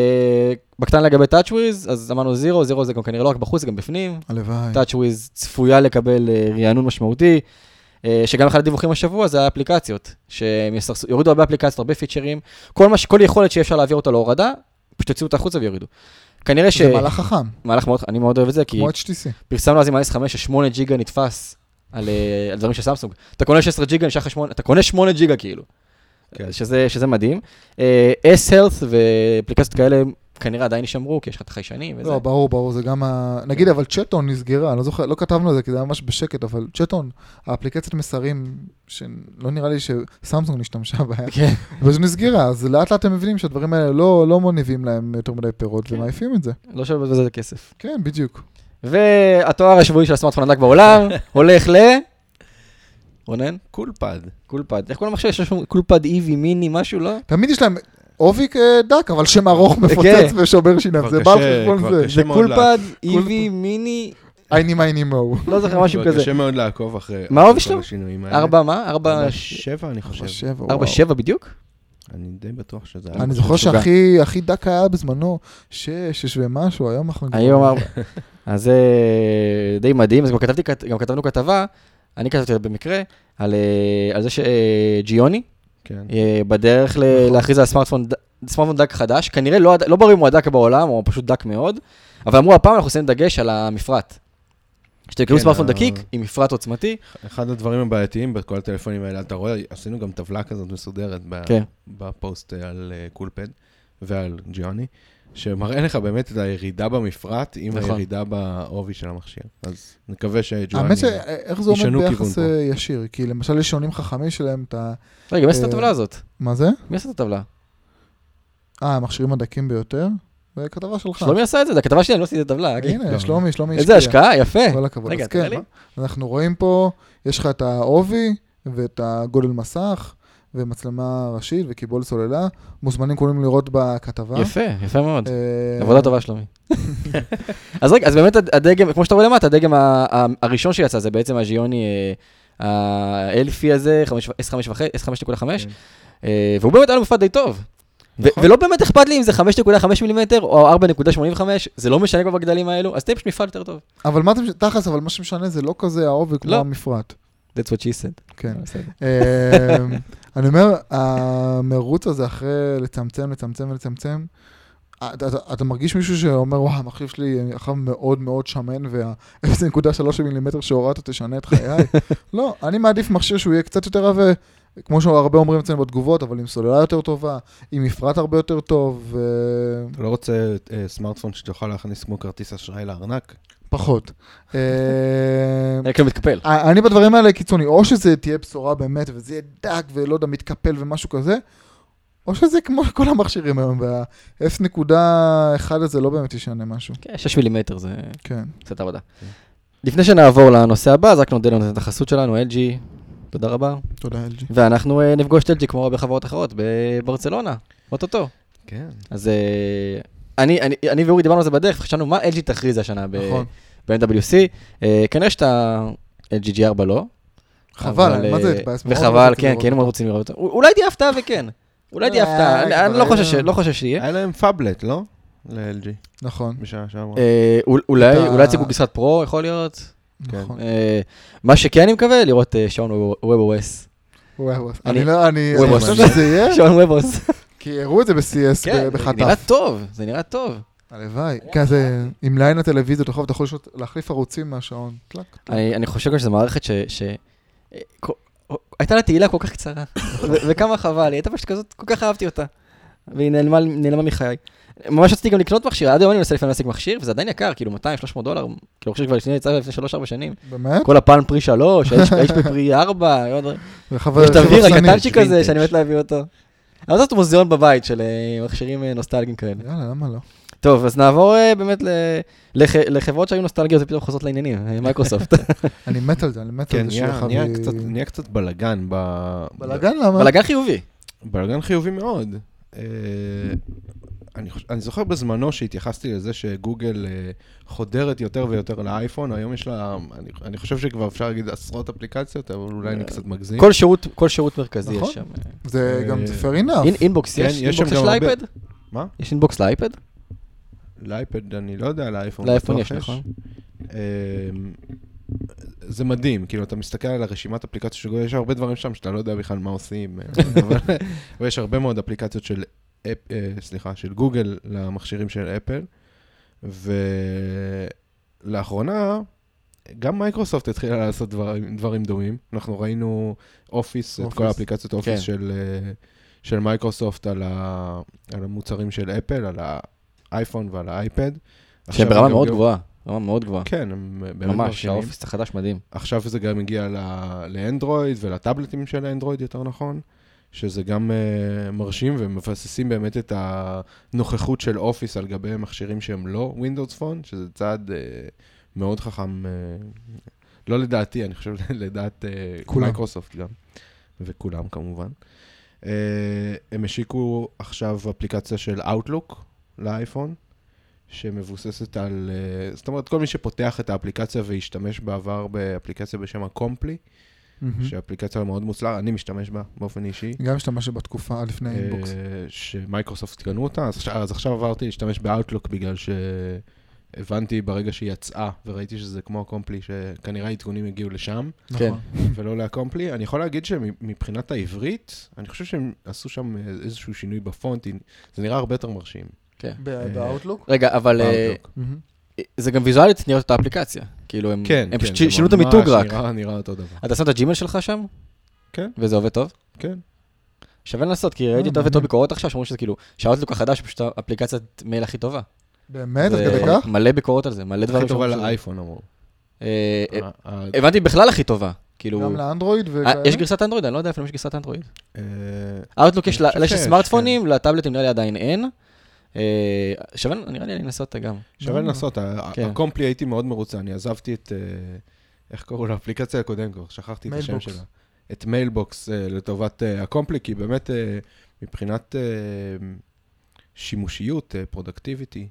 בקטן לגבי TouchWiz, אז אמרנו זירו, זירו זה גם כנראה לא רק בחוץ, זה גם בפנים. הלוואי. TouchWiz צפויה לקבל רענון משמעותי, שגם אחד הדיווחים השבוע זה האפליקציות, שיורידו הרבה אפליקציות, הרבה פיצ'רים, כל יכולת שאפשר להעביר אותה להורדה, פשוט יוציאו אותה החוצה ויורידו. כנראה ש... זה מהלך חכם. מהלך מאוד, אני מאוד אוהב את זה, כי... כמו אייץ' טי סי. פרסמנו אז עם ה-אס חמש ש-שמונה ג'יגה נתפס על דברים של סמסונג. אתה קונה שש עשרה ג'יגה, נשאר לך שמונה, אתה קונה שמונה ג'יגה כאילו. שזה מדהים. S-Health ואפליקציות כאלה כנראה עדיין ישמרו, כי יש לך את החיישנים וזה. לא, ברור, ברור, זה גם ה... נגיד, אבל צ'טון נסגרה, אני לא זוכר, לא כתבנו על זה, כי זה היה ממש בשקט, אבל צ'טון, האפליקציית מסרים, שלא נראה לי שסמסונג נשתמשה בהם, וזה נסגרה, אז לאט לאט הם מבינים שהדברים האלה לא מוניבים להם יותר מדי פירות, ומעיפים את זה. לא שווה בזה כסף. כן, בדיוק. והתואר השבועי של הסמארטפון הדק בעולם, הולך ל... רונן? קולפד. קולפד. איך קוראים עכשיו? יש לנו קולפד איבי, מיני, משהו, לא? תמיד יש להם אוביק דק, אבל שם ארוך מפוצץ ושובר שיניים. זה בא לחשבון זה. זה קולפד איבי, מיני... אייני מייני מו. לא זוכר משהו כזה. קשה מאוד לעקוב אחרי... מה האובי שלו? ארבע מה? ארבע שבע אני חושב. ארבע שבע בדיוק? אני די בטוח שזה... אני זוכר שהכי דק היה בזמנו שש, שש ומשהו, היום אנחנו... היום ארבע. אז זה די מדהים, אז גם כתבנו כתבה, אני כתבתי במקרה, על זה שג'יוני, בדרך להכריז על סמארטפון דק חדש, כנראה לא ברור אם הוא הדק בעולם, או פשוט דק מאוד, אבל אמרו הפעם אנחנו עושים דגש על המפרט. שתקראו סמארטפון דקיק עם מפרט עוצמתי. אחד הדברים הבעייתיים בכל הטלפונים האלה, אתה רואה, עשינו גם טבלה כזאת מסודרת בפוסט על קולפד ועל ג'יוני, שמראה לך באמת את הירידה במפרט עם הירידה בעובי של המכשיר. אז נקווה שג'יוני האמת שאיך זה עומד ביחס ישיר? כי למשל יש שעונים חכמים שלהם את ה... רגע, מי עשת את הטבלה הזאת? מה זה? מי עשת את הטבלה? אה, המכשירים הדקים ביותר? זה כתבה שלך. שלומי עשה את זה, זה הכתבה שלי, אני לא עשיתי את הטבלה. הנה, שלומי, שלומי השקיע. איזה השקעה, יפה. כל הכבוד. אז כן, אנחנו רואים פה, יש לך את העובי ואת הגודל מסך, ומצלמה ראשית וקיבול סוללה. מוזמנים כולם לראות בכתבה. יפה, יפה מאוד. עבודה טובה, שלומי. אז רגע, אז באמת הדגם, כמו שאתה רואה למטה, הדגם הראשון שיצא, זה בעצם הג'יוני האלפי הזה, אס חמש נקודה חמש, והוא באמת היה לו מפרט די טוב. ולא באמת אכפת לי אם זה חמש נקודה חמש מילימטר או ארבע נקודה שמונים וחמש, זה לא משנה כבר בגדלים האלו, אז תהיה פשוט מפרט יותר טוב. אבל מה אתם, תחס, אבל מה שמשנה זה לא כזה העובי כמו המפרט. That's what she said. כן. אני אומר, המרוץ הזה אחרי לצמצם, לצמצם ולצמצם, אתה מרגיש מישהו שאומר, וואו, המחליף שלי אחר מאוד מאוד שמן, וה-אפס נקודה שלוש מילימטר שהורדת תשנה את חיי. לא, אני מעדיף מכשיר שהוא יהיה קצת יותר רבה, כמו שהרבה אומרים אצלנו בתגובות, אבל עם סוללה יותר טובה, עם מפרט הרבה יותר טוב. אתה לא רוצה סמארטפון שתוכל להכניס כמו כרטיס אשראי לארנק? פחות. איך הוא מתקפל? אני בדברים האלה קיצוני, או שזה תהיה בשורה באמת, וזה יהיה דק ולא יודע, מתקפל ומשהו כזה, או שזה כמו כל המכשירים היום, וה-אפס נקודה אחת הזה לא באמת ישנה משהו. כן, שש מילימטר זה קצת עבודה. לפני שנעבור לנושא הבא, אז רק נודה לנו את החסות שלנו, אל ג'י. תודה רבה. תודה, אל ג'י. ואנחנו נפגוש את אל ג'י כמו הרבה חברות אחרות בברצלונה, אוטוטו. כן. אז אני ואורי דיברנו על זה בדרך, וחשבנו מה אל ג'י תכריז השנה ב-אם דאבליו סי. כנראה שאתה אל ג'י ג'י ארבע לא. חבל, מה זה? וחבל, כן, כי היינו מאוד רוצים לראות אותו. אולי תהיה הפתעה וכן. אולי תהיה הפתעה, אני לא חושב שיהיה. היה להם פאבלט, לא? ל-אל ג'י. נכון. בשעה שעברה. אולי יציגו גיסת פרו, יכול להיות. נכון. מה שכן אני מקווה, לראות שעון ווב-או-אס. ווב-או-אס. אני לא, אני חושב שזה יהיה. שעון ווב-או-אס. כי הראו את זה ב-סי אס כן, זה בחטף. נראה טוב, זה נראה טוב. הלוואי. כזה, עם ליין הטלוויזיות, אתה יכול להחליף ערוצים מהשעון. טלק, טלק. אני אני חושב שזו מערכת ש... ש... כל- הייתה לה תהילה כל כך קצרה, ו- וכמה חבל, היא הייתה פשוט כזאת, כל כך אהבתי אותה. והיא נעלמה, נעלמה מחיי. ממש רציתי גם לקנות מכשיר, עד היום אני מנסה לפעמים להשיג מכשיר, וזה עדיין יקר, כאילו מאתיים שלוש מאות דולר, כאילו מכשיר כבר לפני יצא לפני שלוש ארבע שנים. באמת? כל הפן פרי שלוש, ה-אייץ' פי פרי ארבע, עוד דברים. וחבר- יש את האוויר חבר סנית. הקטנצ'יק הזה, וינטג'. שאני מת להביא אותו. אבל זאת מוזיאון בבית של אה, מכשירים אה, נוסטלגיים כאלה. יאללה, למה לא? טוב, אז נעבור אה, באמת ל- לח- לחברות שהיו נוסטלגיות ופתאום חוזרות לעניינים, אה, מייקרוסופט. אני מת על זה, אני מת כן, על זה נהיה- שיהיה נהיה חבי- קצת- נהיה קצת בלגן. ב- בלגן למה? בלגן חיובי. בלגן חיובי מאוד. אה, אני חוש- אני זוכר בזמנו שהתייחסתי לזה שגוגל אה, חודרת יותר ויותר לאייפון, היום יש לה, אני- אני חושב שכבר אפשר להגיד עשרות אפליקציות, אבל אולי אני קצת מגזים. כל שירות, כל שירות מרכזי נכון. יש שם. זה גם אה, זה fair enough. אין- אינבוקס כן, יש? יש שם אינבוקס יש גם הרבה- לאייפד? מה? יש אינבוקס לאייפד? לאייפד, אני לא יודע, לאייפון. לאייפון בטוח יש, נכון. אמ, זה מדהים, כאילו, אתה מסתכל על הרשימת אפליקציות של גוגל, יש הרבה דברים שם שאתה לא יודע בכלל מה עושים, אבל אבל יש הרבה מאוד אפליקציות של, אפ- אה, סליחה, של גוגל למכשירים של אפל, ולאחרונה, גם מייקרוסופט התחילה לעשות דברים, דברים דומים. אנחנו ראינו אופיס, את כל אופיס. האפליקציות אופיס כן. של, אה, של מייקרוסופט על, ה, על המוצרים של אפל, על האייפון ועל האייפד. עכשיו שהם ברמה הם מאוד גם- גבוהה, רמה מאוד גבוהה. כן, הם באמת ממש, מרשימים. האופיס החדש מדהים. עכשיו זה גם הגיע ל- לאנדרואיד ולטאבלטים של האנדרואיד, יותר נכון, שזה גם uh, מרשים ומבססים באמת את הנוכחות של אופיס על גבי מכשירים שהם לא Windows Phone, שזה צעד uh, מאוד חכם, uh, לא לדעתי, אני חושב לדעת uh, כולם. מייקרוסופט גם, וכולם כמובן. Uh, הם השיקו עכשיו אפליקציה של Outlook לאייפון, שמבוססת על, uh, זאת אומרת, כל מי שפותח את האפליקציה והשתמש בעבר באפליקציה בשם הקומפלי, מהמם. שאפליקציה מאוד מוצלחת, אני משתמש בה באופן אישי. גם השתמש בתקופה לפני אה, אינבוקס. שמייקרוסופט קנו אותה, אז עכשיו, אז עכשיו עברתי להשתמש באוטלוק בגלל שהבנתי ברגע שהיא יצאה, וראיתי שזה כמו הקומפלי, שכנראה העדכונים הגיעו לשם, כן. נכון. ולא להקומפלי. אני יכול להגיד שמבחינת העברית, אני חושב שהם עשו שם איזשהו שינוי בפונט, זה נראה הרבה יותר מרשים. כן. באוטלוק? רגע, אבל אה, באוטלוק. זה גם ויזואלית נראה את האפליקציה. כאילו, הם כן, הם כן, פשוט זה שינו את ממש המיתוג רק. נראה, נראה אותו דבר. אתה שם את הג'ימל שלך שם? כן. וזה עובד טוב? כן. שווה לנסות, כי ראיתי יותר מעניין. וטוב ביקורות עכשיו, שאומרים שזה כאילו, שהאוטלוק החדש הוא פשוט האפליקציית מייל הכי טובה. באמת? עד זה כדי כך? מלא ביקורות על זה, מלא דברים. הכי טובה שאומרים שזה- לאייפון אמרו. אה, אה, ה- ה- הבנתי בכלל הכי טובה. כאילו, גם לאנדרואיד אה, וכאלה? יש גרסת אנדרואיד, אני לא יודע אפילו אם יש גרסת אנדרואיד. אה, האוטלוק יש אני ל- חושב יש שיש, לסמארטפונים, לטאבלטים נראה לי עדיין אין. אה, שווה, נראה לי לנסות אותה גם. שווה לנסות, ה- כן. הקומפלי הייתי מאוד מרוצה, אני עזבתי את, אה, איך קראו לאפליקציה הקודם כבר, שכחתי את השם מיילבוקס. שלה. את מיילבוקס אה, לטובת אה, הקומפלי, כי באמת אה, מבחינת אה, שימושיות, פרודקטיביטי,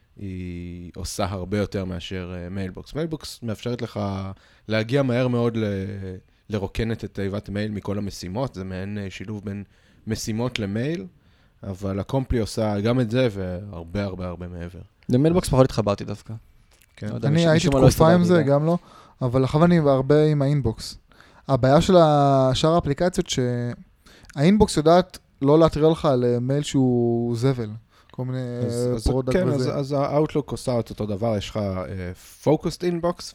היא עושה הרבה יותר מאשר אה, מיילבוקס. מיילבוקס מאפשרת לך להגיע מהר מאוד ל- לרוקן את תיבת מייל מכל המשימות, זה מעין אה, שילוב בין משימות למייל, אבל הקומפלי עושה גם את זה והרבה הרבה הרבה מעבר. למיילבוקס פחות התחברתי דווקא. כן. לא יודע, אני משום- הייתי משום מה לא תקופה עם הסתדרתי זה, איתה. גם לא, אבל עכשיו אני הרבה עם האינבוקס. הבעיה של שאר האפליקציות שהאינבוקס יודעת לא להטריע לך על מייל שהוא זבל. כל מיני אז, אז, פרודקט כן, אז, וזה. אז האוטלוק עושה את אותו דבר, יש לך פוקוסט אינבוקס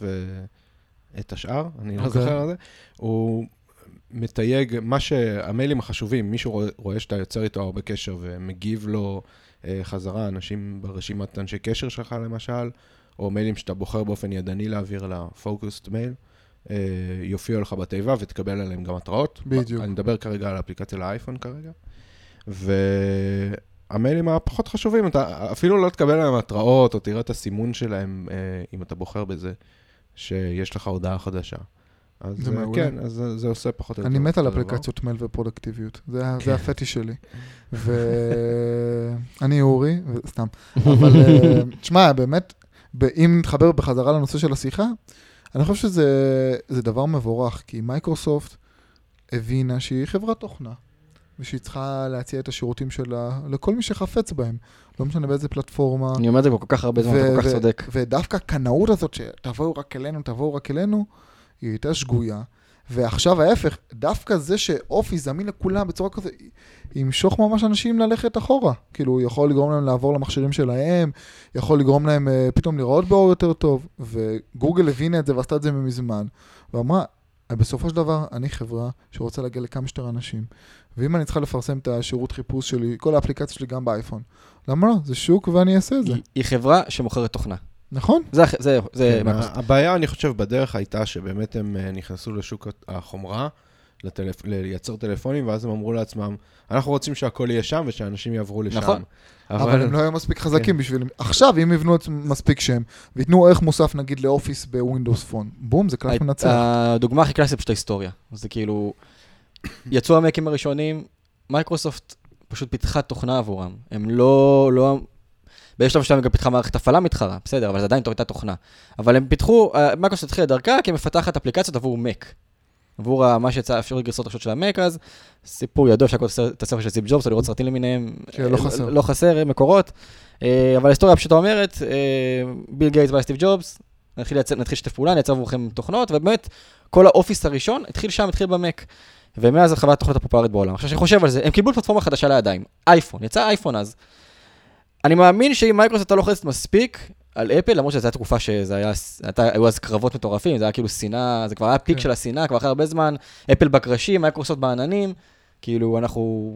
ואת השאר, אני לא אוקיי. זוכר על זה, הוא מתייג מה שהמיילים החשובים, מישהו רואה, רואה שאתה יוצר איתו הרבה קשר ומגיב לו אה, חזרה, אנשים ברשימת אנשי קשר שלך למשל, או מיילים שאתה בוחר באופן ידני להעביר לפוקוסט מייל, אה, יופיעו לך בתיבה ותקבל עליהם גם התראות. בדיוק. אני מדבר כרגע על האפליקציה לאייפון כרגע, ו... המיילים הפחות חשובים, אתה אפילו לא תקבל להם התראות, או תראה את הסימון שלהם, אה, אם אתה בוחר בזה, שיש לך הודעה חדשה. אז זה אה, מעולה. כן, אז זה, זה עושה פחות או יותר. אני מת על אותו דבר. אפליקציות מייל ופרודקטיביות. זה ה- כן. זה הפטיש שלי. ואני אורי, סתם. אבל אה, תשמע, באמת, ב- אם נתחבר בחזרה לנושא של השיחה, אני חושב שזה זה דבר מבורך, כי מייקרוסופט הבינה שהיא חברת תוכנה, ושהיא צריכה להציע את השירותים שלה לכל מי שחפץ בהם. לא משנה באיזה פלטפורמה. אני אומר את זה כל כך הרבה זמן, אתה כל כך ו- צודק. ודווקא הקנאות הזאת שתבואו רק אלינו, תבואו רק אלינו, היא הייתה שגויה. ועכשיו ההפך, דווקא זה שאופיס זמין לכולם בצורה כזה, ימשוך ממש אנשים ללכת אחורה. כאילו, הוא יכול לגרום להם לעבור למכשירים שלהם, יכול לגרום להם uh, פתאום לראות באור יותר טוב, וגוגל הבינה את זה ועשתה את זה מזמן, ואמרה, בסופו של דבר, אני חברה שרוצה להגיע לכמה שיותר אנשים, ואם אני צריכה לפרסם את השירות חיפוש שלי, כל האפליקציה שלי גם באייפון, למה לא? זה שוק ואני אעשה את זה. היא, היא חברה שמוכרת תוכנה. נכון. זה, זה, זה כן, הבעיה, אני חושב, בדרך הייתה שבאמת הם נכנסו לשוק החומרה, לטלפ... לייצר טלפונים, ואז הם אמרו לעצמם, אנחנו רוצים שהכל יהיה שם, ושאנשים יעברו לשם. נכון. אבל, אבל הם לא היו מספיק חזקים כן. בשביל... עכשיו, אם יבנו מספיק שם, ויתנו ערך מוסף, נגיד, לאופיס בווינדוס פון, בום, זה קלאס מנצח. הדוגמה הכי קלאסית פשוט ההיסטוריה. זה כאילו, יצאו המקים הראשונים, מייקרוסופט פשוט פיתחה תוכנה עבורם. הם לא... לא... בשלב שלהם גם פיתחה מערכת הפעלה מתחרה, בסדר, אבל זה עדיין הייתה תוכנה. אבל הם פיתחו, מייקרוסופט התחילה דרכה, כי הם מפתחת אפליקציות עבור Mac. עבור מה שיצא אפשרות גרסות ראשות של המק, אז סיפור ידוע שהכל את הספר של סיב ג'ובס, או לראות סרטים למיניהם, לא חסר. לא חסר, מקורות. אבל ההיסטוריה פשוט אומרת, ביל גייטס בא סטיב ג'ובס, נתחיל לשתף פעולה, נייצר עבורכם תוכנות, ובאמת כל האופיס הראשון התחיל שם, התחיל במק. ומאז חווה התוכנות הפופולרית בעולם. עכשיו שאני חושב על זה, הם קיבלו פלטפורמה חדשה לידיים, אייפון, יצא אייפון אז. אני מאמין שאם מייקרוסופט לא לוחצת מספיק על אפל, למרות שזו הייתה תקופה שזה היה, היו אז קרבות מטורפים, זה היה כאילו שנאה, זה כבר היה פיק של השנאה, כבר אחרי הרבה זמן, אפל בקרשים, מייקרוסופט בעננים, כאילו אנחנו,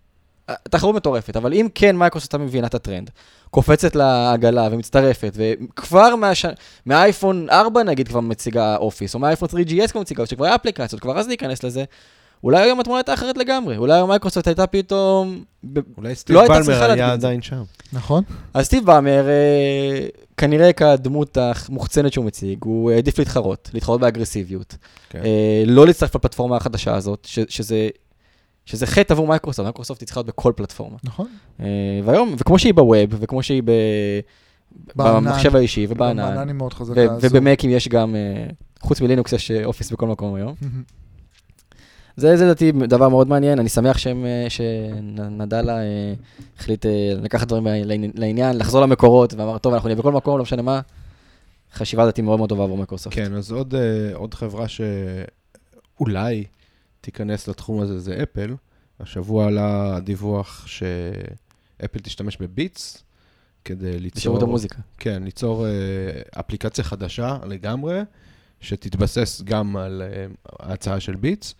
תחרות מטורפת, אבל אם כן מייקרוסופט מבינה את הטרנד, קופצת לעגלה ומצטרפת, וכבר מהאייפון ארבע נגיד כבר מציגה אופיס, או מהאייפון שלוש ג'י אס כבר מציגה, שכבר היה אפליקציות, כבר אז להיכנס לזה, אולי היום התמונה הייתה אחרת לגמרי, אולי היום מייקרוסופט הייתה פתאום... אולי סטיב בלמר היה עדיין שם. נכון. אז סטיב בלמר, כנראה כדמות המוחצנת שהוא מציג, הוא העדיף להתחרות, להתחרות באגרסיביות. לא להצטרף לפלטפורמה החדשה הזאת, שזה חטא עבור מייקרוסופט, מייקרוסופט היא צריכה להיות בכל פלטפורמה. נכון. והיום, וכמו שהיא בווב, וכמו שהיא במחשב האישי ובענן, ובמקים יש גם, חוץ מלינוקס יש אופיס בכל מקום היום. זה, זה דעתי דבר מאוד מעניין, אני שמח שהם, שנדלה החליט לקחת דברים לעניין, לחזור למקורות, ואמר, טוב, אנחנו נהיה בכל מקום, לא משנה מה, חשיבה דעתי מאוד מאוד טובה עבור מייקרוסופט. כן, אז עוד, עוד חברה שאולי תיכנס לתחום הזה, זה אפל. השבוע עלה דיווח שאפל תשתמש בביטס, כדי ליצור... בשירות המוזיקה. כן, ליצור אפליקציה חדשה לגמרי, שתתבסס גם על ההצעה של ביטס,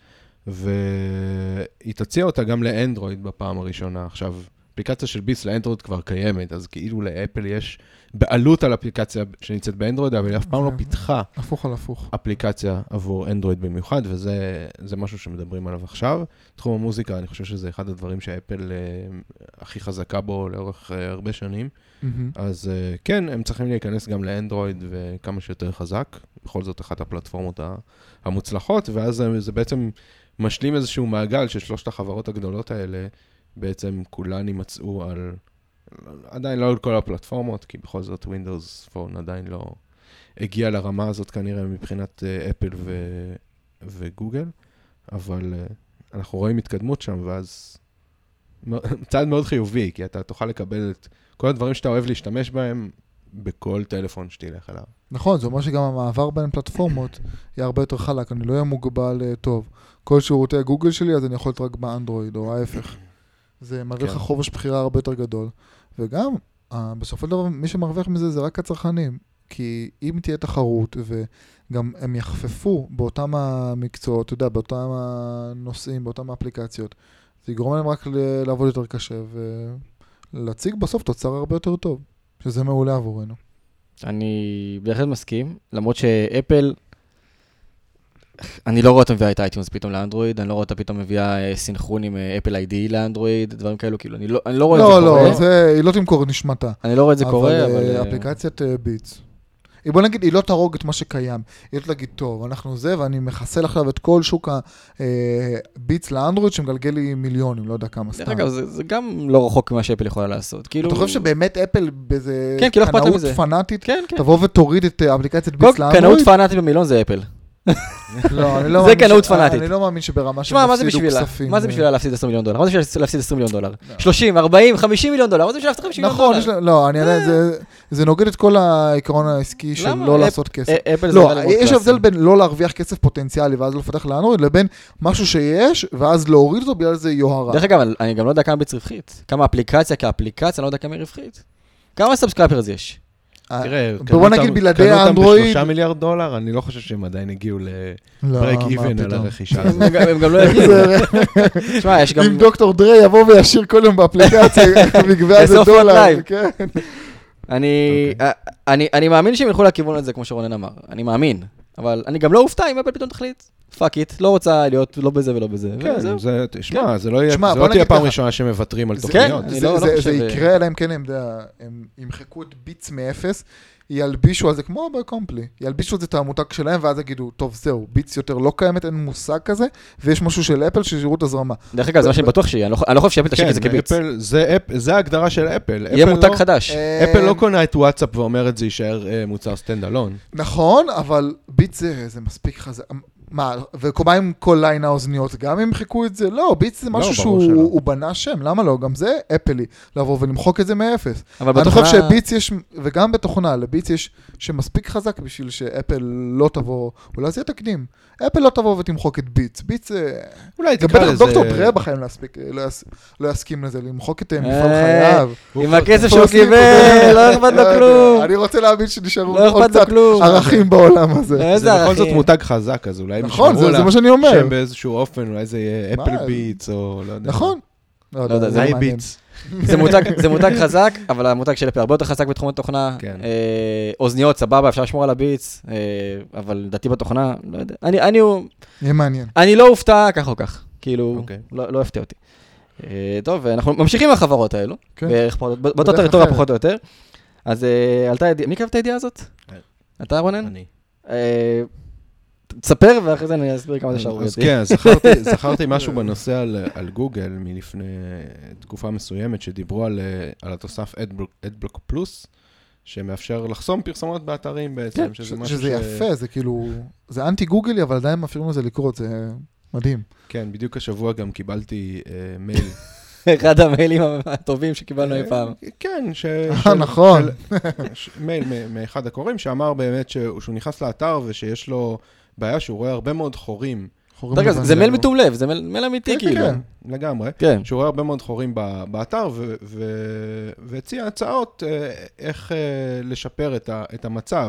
והיא תציע אותה גם לאנדרואיד בפעם הראשונה. עכשיו, אפליקציה של ביטס לאנדרואיד כבר קיימת, אז כאילו לאפל יש בעלות על אפליקציה שנמצאת באנדרואיד, אבל היא אף פעם לא פיתחה הפוך על הפוך. אפליקציה עבור אנדרואיד במיוחד, וזה זה משהו שמדברים עליו עכשיו. תחום המוזיקה, אני חושב שזה אחד הדברים שאפל הכי חזקה בו לאורך הרבה שנים. אז כן, הם צריכים להיכנס גם לאנדרואיד וכמה שיותר חזק. בכל זאת אחת הפלטפורמות המוצלחות, ואז זה בעצם משלים איזשהו מעגל של שלושת החברות הגדולות האלה, בעצם כולן יימצאו על, עדיין לא על כל הפלטפורמות, כי בכל זאת Windows Phone עדיין לא הגיע לרמה הזאת כנראה מבחינת אפל ו- וגוגל, אבל אנחנו רואים התקדמות שם, ואז צעד מאוד חיובי, כי אתה תוכל לקבל את כל הדברים שאתה אוהב להשתמש בהם, בכל טלפון שתלך אליו. נכון, זה אומר שגם המעבר בין פלטפורמות יהיה הרבה יותר חלק, אני לא אהיה מוגבל טוב. כל שירותי הגוגל שלי, אז אני יכול רק באנדרואיד, או ההפך. זה מרוויח לך חופש בחירה הרבה יותר גדול. וגם, בסופו של דבר, מי שמרוויח מזה זה רק הצרכנים. כי אם תהיה תחרות, וגם הם יחפפו באותם המקצועות, אתה יודע, באותם הנושאים, באותם האפליקציות, זה יגרום להם רק לעבוד יותר קשה, ולהציג בסוף תוצר הרבה יותר טוב. שזה מעולה עבורנו. אני בהחלט מסכים, למרות שאפל, אני לא רואה אותה מביאה את אייטיונס פתאום לאנדרואיד, אני לא רואה אותה פתאום מביאה סינכרון עם אפל איי די לאנדרואיד, דברים כאלו, כאילו, אני לא, אני לא רואה את זה קורה. לא, לא, היא לא תמכור נשמתה. אני לא רואה את זה קורה, אבל... אבל אפליקציית ביטס. בוא נגיד, היא לא תרוג את מה שקיים. היא לא תגיד, טוב, אנחנו זה, ואני מחסל עכשיו את כל שוק הביטס לאנדרואיד, שמגלגל לי מיליונים, לא יודע כמה סתם. אגב, זה גם לא רחוק ממה שאפל יכולה לעשות. אתה חושב שבאמת אפל באיזה קנאות פנאטית, תבוא ותוריד את אפליקציית ביטס לאנדרואיד? קנאות פנאטית במיליון זה אפל. לא, אני לא זה מאמין קנאות ש- פנאטית. אני לא מאמין ברמה שמע, מה זה הפסידו בשבילה? כספים. מה זה בשבילה להפסיד עשרה מיליון דולר? מה זה בשבילה להפסיד עשרים מיליון דולר? שלושים, ארבעים, חמישים מיליון דולר? מה זה בשבילה להפסיד חמישים מיליון נכון, דולר? יש לה- לא, אני יודע, זה- זה נוגד את כל העיקרון העסקי של למה? לא אפ- לעשות כסף. אה, אפל זה לא, נראה לי מאוד יש קלאסי. הבדל בין לא להרוויח כסף פוטנציאלי ואז לפתח לאנדרואיד, לבין משהו שיש, ואז להוריד אותו בגלל זה יוהרה. דרך אגב, אני גם לא יודע כמה ביץ רווחית. כמה אפליקציה כאפליקציה, אני לא יודע כמה היא רווחית. כמה סאבסקרייברס יש? תראה, בוא נגיד בלעדי האנדרואיד. בשלושה מיליארד דולר, אני לא חושב שהם עדיין הגיעו לא, לברייק מה איבן על פתאום. הרכישה הם הזאת. גם- הם גם לא יגיעו. תשמע, יש גם... אם דוקטור דרי יבוא וישיר כל יום באפליקציה, ויגבה על זה לאסוף דולר. לייב. כן. אני, אוקיי. אני, אני מאמין שהם ילכו לכיוון הזה, כמו שרונן אמר. אני מאמין. אבל אני גם לא אופתע אם אפל פתאום תחליט. פאק איט, לא רוצה להיות לא בזה ולא בזה. כן, וזהו. זה, תשמע, זה לא יהיה- שמע, זה בוא לא תהיה נגיד פעם ככה. ראשונה שמוותרים על זה- תוכניות. אני זה- לא- זה- לא זה חושב- יקרה, אלא אם כן, אני יודע, הם ימחקו את ביטס מאפס, ילבישו על זה, כמו בקומפלי, ילבישו על זה את המותג שלהם, ואז יגידו, טוב, זהו, ביטס יותר לא קיימת, אין מושג כזה, ויש משהו של אפל ששירות הזרמה. דרך אגב, זה מה שאני בטוח שיהיה. אני לא- אני לא חושב שאפל תשקיע את זה כן, כביץ. אפל, זה אפ- זה ההגדרה של אפל. יהיה אפל מותג לא- חדש. אפל לא קונה את וואטסאפ ואומרת זה יישאר אה, מוצר סטנד אלון. נכון, אבל ביטס זה, זה מספיק חזק. מה, ומה עם כל ליין האוזניות? גם אם ימחקו את זה? לא, ביטס זה לא, משהו ברור שהוא שלא. הוא בנה שם, למה לא? גם זה אפלי, לבוא ולמחוק את זה מאפס. אבל אני בתוכנה... חושב שביטס יש, וגם בתוכנה, לביטס יש שמספיק חזק בשביל שאפל לא תבוא, אולי זה יהיה תקדים. אפל לא תבוא ותמחוק את ביטס. ביטס זה... אולי גם תקרא בטח לזה... דוקטור דרה בחיים לא יספיק- לא יס- לא יסכים לזה, למחוק את אה, מפעל אה, חייו. עם הכסף שהוא פוסלים קיבל, אותו. לא אכפת לו כלום. אני רוצה להאמין שנשארו לא עוד אכפת לו קצת כלום. ערכים בעולם הזה. איזה זה בכל זאת ערכים. מותג חזק, אז אולי הם נכון, ישמרו זה לה זה מה שאני אומר. שם באיזשהו אופן, אולי זה יהיה מה? אפל ביטס או לא יודע. נכון. לא יודע, זה לא היי מעניין. ביטס. זה מותג, זה מותג חזק, אבל המותג של אפל הרבה יותר חזק בתחום התוכנה. כן. אה, אוזניות, סבבה, אפשר לשמור על הביץ, אה, אבל לדעתי בתוכנה, לא יודע. אני, אני, יהיה מעניין. אני לא אופתע כך או כך, כאילו, אוקיי. לא, לא הפתיע אותי. אה, טוב, אנחנו ממשיכים מהחברות האלו, כן. בערך פחות- באותה בדרך טריטוריה אחרת. פחות או יותר. אז אה, עלתה ידיעה, מי כתב את הידיעה הזאת? אה. אתה רונן? אני. אה, תספר ואחרי זה אני אסביר כמה זה אז שערורייתי. כן, אז זכרתי- זכרתי משהו בנושא על- על גוגל מלפני תקופה מסוימת, שדיברו על אה, על התוסף אדבלוק פלוס, שמאפשר לחסום פרסומות באתרים בעצם, כן, שזה משהו שזה יפה, זה כאילו, זה אנטי גוגלי, אבל עדיין מאפשרים לזה לקרות, זה מדהים. כן, בדיוק השבוע גם קיבלתי אה, מייל. אחד המיילים הטובים שקיבלנו אי פעם. אה, כן, ש... אה, של- נכון. של- ש- מייל מ- מאחד הקוראים שאמר באמת שהוא שהוא נכנס לאתר ושיש לו בעיה שהוא רואה הרבה מאוד חורים. חורים רגע, לבנים. זה מייל מטום לב, זה מייל מייל אמיתי כן, כאילו. כן. לגמרי. כן. שהוא רואה הרבה מאוד חורים ב- באתר ו- ו- והציע הצעות אה, איך אה, לשפר את ה- את המצב.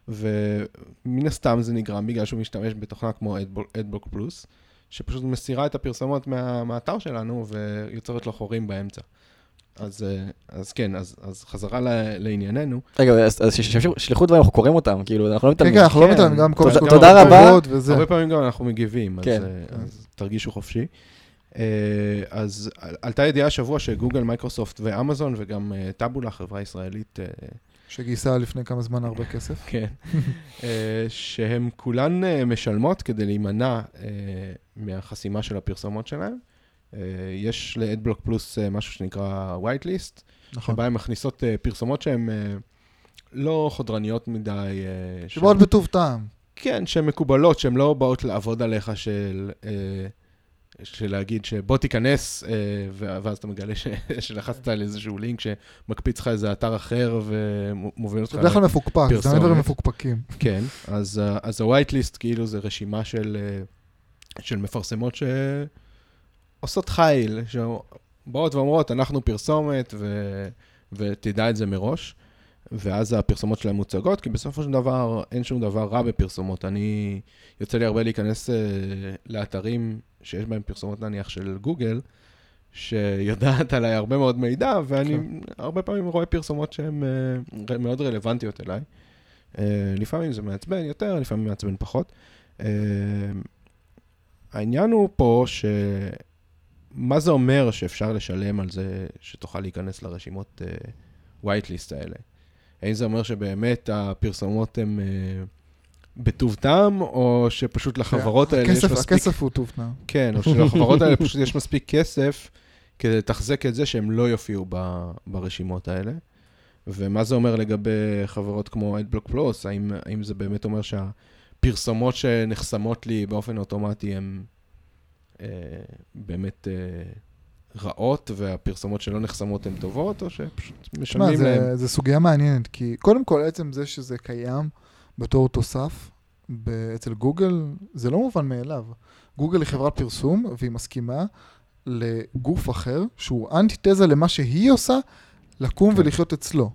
ומן הסתם זה נגרם בגלל שהוא משתמש בתוכנה כמו אדבלוק פלוס, שפשוט מסירה את הפרסומות מה- מהאתר שלנו ויוצרת לו חורים באמצע. אז, אה, אז כן, אז, אז חזרה ל- לענייננו. רגע, אז אז שימשיכו- שלחו דברים, אנחנו קוראים אותם, כאילו, אנחנו לא כן, מתאמים. כן, אנחנו לא כן. מתאמים, גם כל תודה- שקוראים תודה לנו רבה. כבוד וזה. הרבה פעמים גם אנחנו מגיבים, אז, כן. אה, אז תרגישו חופשי. אה, אז על- עלתה ידיעה השבוע שגוגל, מייקרוסופט ואמזון וגם אה, טאבולה, חברה ישראלית, אה, שגייסה לפני כמה זמן הרבה כסף. כן, אה, שהן כולן אה, משלמות כדי להימנע אה, מהחסימה של הפרסומות שלהן. אה, יש לאדבלוק פלוס אה, משהו שנקרא white list, נכון. שבה הן מכניסות אה, פרסומות שהן אה, לא חודרניות מדי. אה, שהן- שבאות בטוב טעם. כן, שהן מקובלות, שהן לא באות לעבוד עליך של... אה, של להגיד שבוא תיכנס, אה, ו- ואז אתה מגלה ש- שלחצת על איזשהו לינק שמקפיץ לך איזה אתר אחר ומוביל אותך... זה בדרך כלל מפוקפק, זה פרסומת. תמיד דברים מפוקפקים. כן, אז, ה- אז ה-white list כאילו זה רשימה של, אה, של מפרסמות שעושות חיל, שבאות ואומרות, אנחנו פרסומת ו, ותדע את זה מראש, ואז הפרסומות שלהם מוצגות, כי בסופו של דבר אין שום דבר רע בפרסומות. אני, יוצא לי הרבה להיכנס אה, לאתרים שיש בהם פרסומות נניח של גוגל, שיודעת עליי הרבה מאוד מידע, ואני הרבה פעמים רואה פרסומות שהן אה, מאוד רלוונטיות אליי. Uh, לפעמים זה מעצבן יותר, לפעמים מעצבן פחות. Uh, העניין הוא פה שמה זה אומר שאפשר לשלם על זה שתוכל להיכנס לרשימות uh, white list האלה? האם זה אומר שבאמת הפרסומות הן uh, בטוב טעם, או שפשוט לחברות האלה יש הכסף- מספיק... הכסף הוא טוב טעם. כן, או שלחברות האלה פשוט יש מספיק כסף כדי לתחזק את זה שהם לא יופיעו ב- ברשימות האלה. ומה זה אומר לגבי חברות כמו אדבלוק פלוס? האם, האם זה באמת אומר הפרסומות שנחסמות לי באופן אוטומטי הן אה, באמת אה, רעות, והפרסומות שלא נחסמות הן טובות, או שפשוט משלמים זה, להם? זה סוגיה מעניינת, כי קודם כל עצם זה שזה קיים בתור תוסף אצל גוגל, זה לא מובן מאליו. גוגל היא חברת פרסום, והיא מסכימה לגוף אחר, שהוא אנטיתזה למה שהיא עושה, לקום כן. ולחיות אצלו.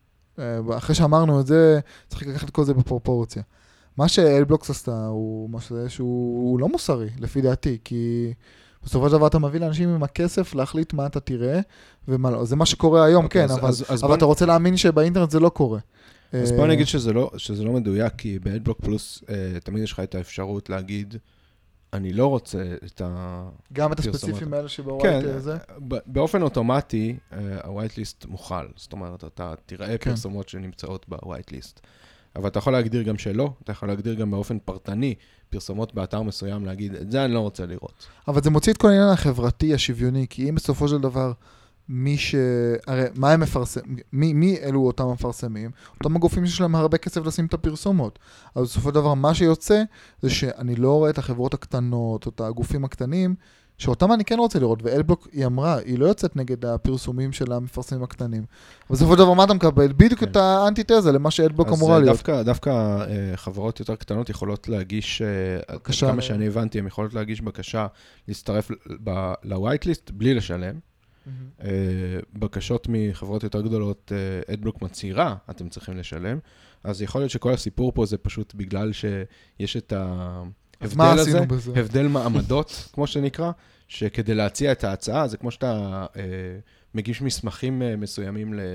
אחרי שאמרנו את זה, צריך לקחת את כל זה בפרופורציה. מה שאלבלוקס עשתה הוא משהו שהוא לא מוסרי, לפי דעתי, כי בסופו של דבר אתה מביא לאנשים עם הכסף להחליט מה אתה תראה ומה לא. זה מה שקורה היום, אוקיי, כן, אז- אבל, אז- אז אבל בוא- אתה רוצה להאמין שבאינטרנט זה לא קורה. אז אה, בוא נגיד שזה לא, שזה לא מדויק, כי באדבלוק פלוס אה, תמיד יש לך את האפשרות להגיד, אני לא רוצה את ה... גם את פרסומות. הספציפיים האלה שבווייט כן, זה? ב- באופן אוטומטי, ה-white list מוכל. זאת אומרת, אתה תראה כן. פרסומות שנמצאות ב-white list. אבל אתה יכול להגדיר גם שלא, אתה יכול להגדיר גם באופן פרטני, פרסומות באתר מסוים, להגיד, את זה אני לא רוצה לראות. אבל זה מוציא את כל העניין החברתי, השוויוני, כי אם בסופו של דבר, מי ש... הרי מה הם מפרסמים? מי, מי אלו אותם המפרסמים? אותם הגופים שיש להם הרבה כסף לשים את הפרסומות. אז בסופו של דבר, מה שיוצא, זה שאני לא רואה את החברות הקטנות, או את הגופים הקטנים, שאותם אני כן רוצה לראות, ואלבלוק היא אמרה, היא לא יוצאת נגד הפרסומים של המפרסמים הקטנים. בסופו של דבר, מה אתה מקבל? בדיוק כן. את האנטיתזה למה שאלבלוק אז אמורה אה, להיות. דווקא, דווקא אה, חברות יותר קטנות יכולות להגיש, אה, בקשה כמה ל- שאני הבנתי, הן יכולות להגיש בקשה להצטרף ל-white list בלי לשלם. אה, בקשות מחברות יותר גדולות, אדבלוק מצהירה, אתם צריכים לשלם, אז יכול להיות שכל הסיפור פה זה פשוט בגלל שיש את אז מה ההבדל הזה, עשינו בזה? הבדל מעמדות, כמו שנקרא, שכדי להציע את ההצעה, זה כמו שאתה אה, מגיש מסמכים אה, מסוימים ל,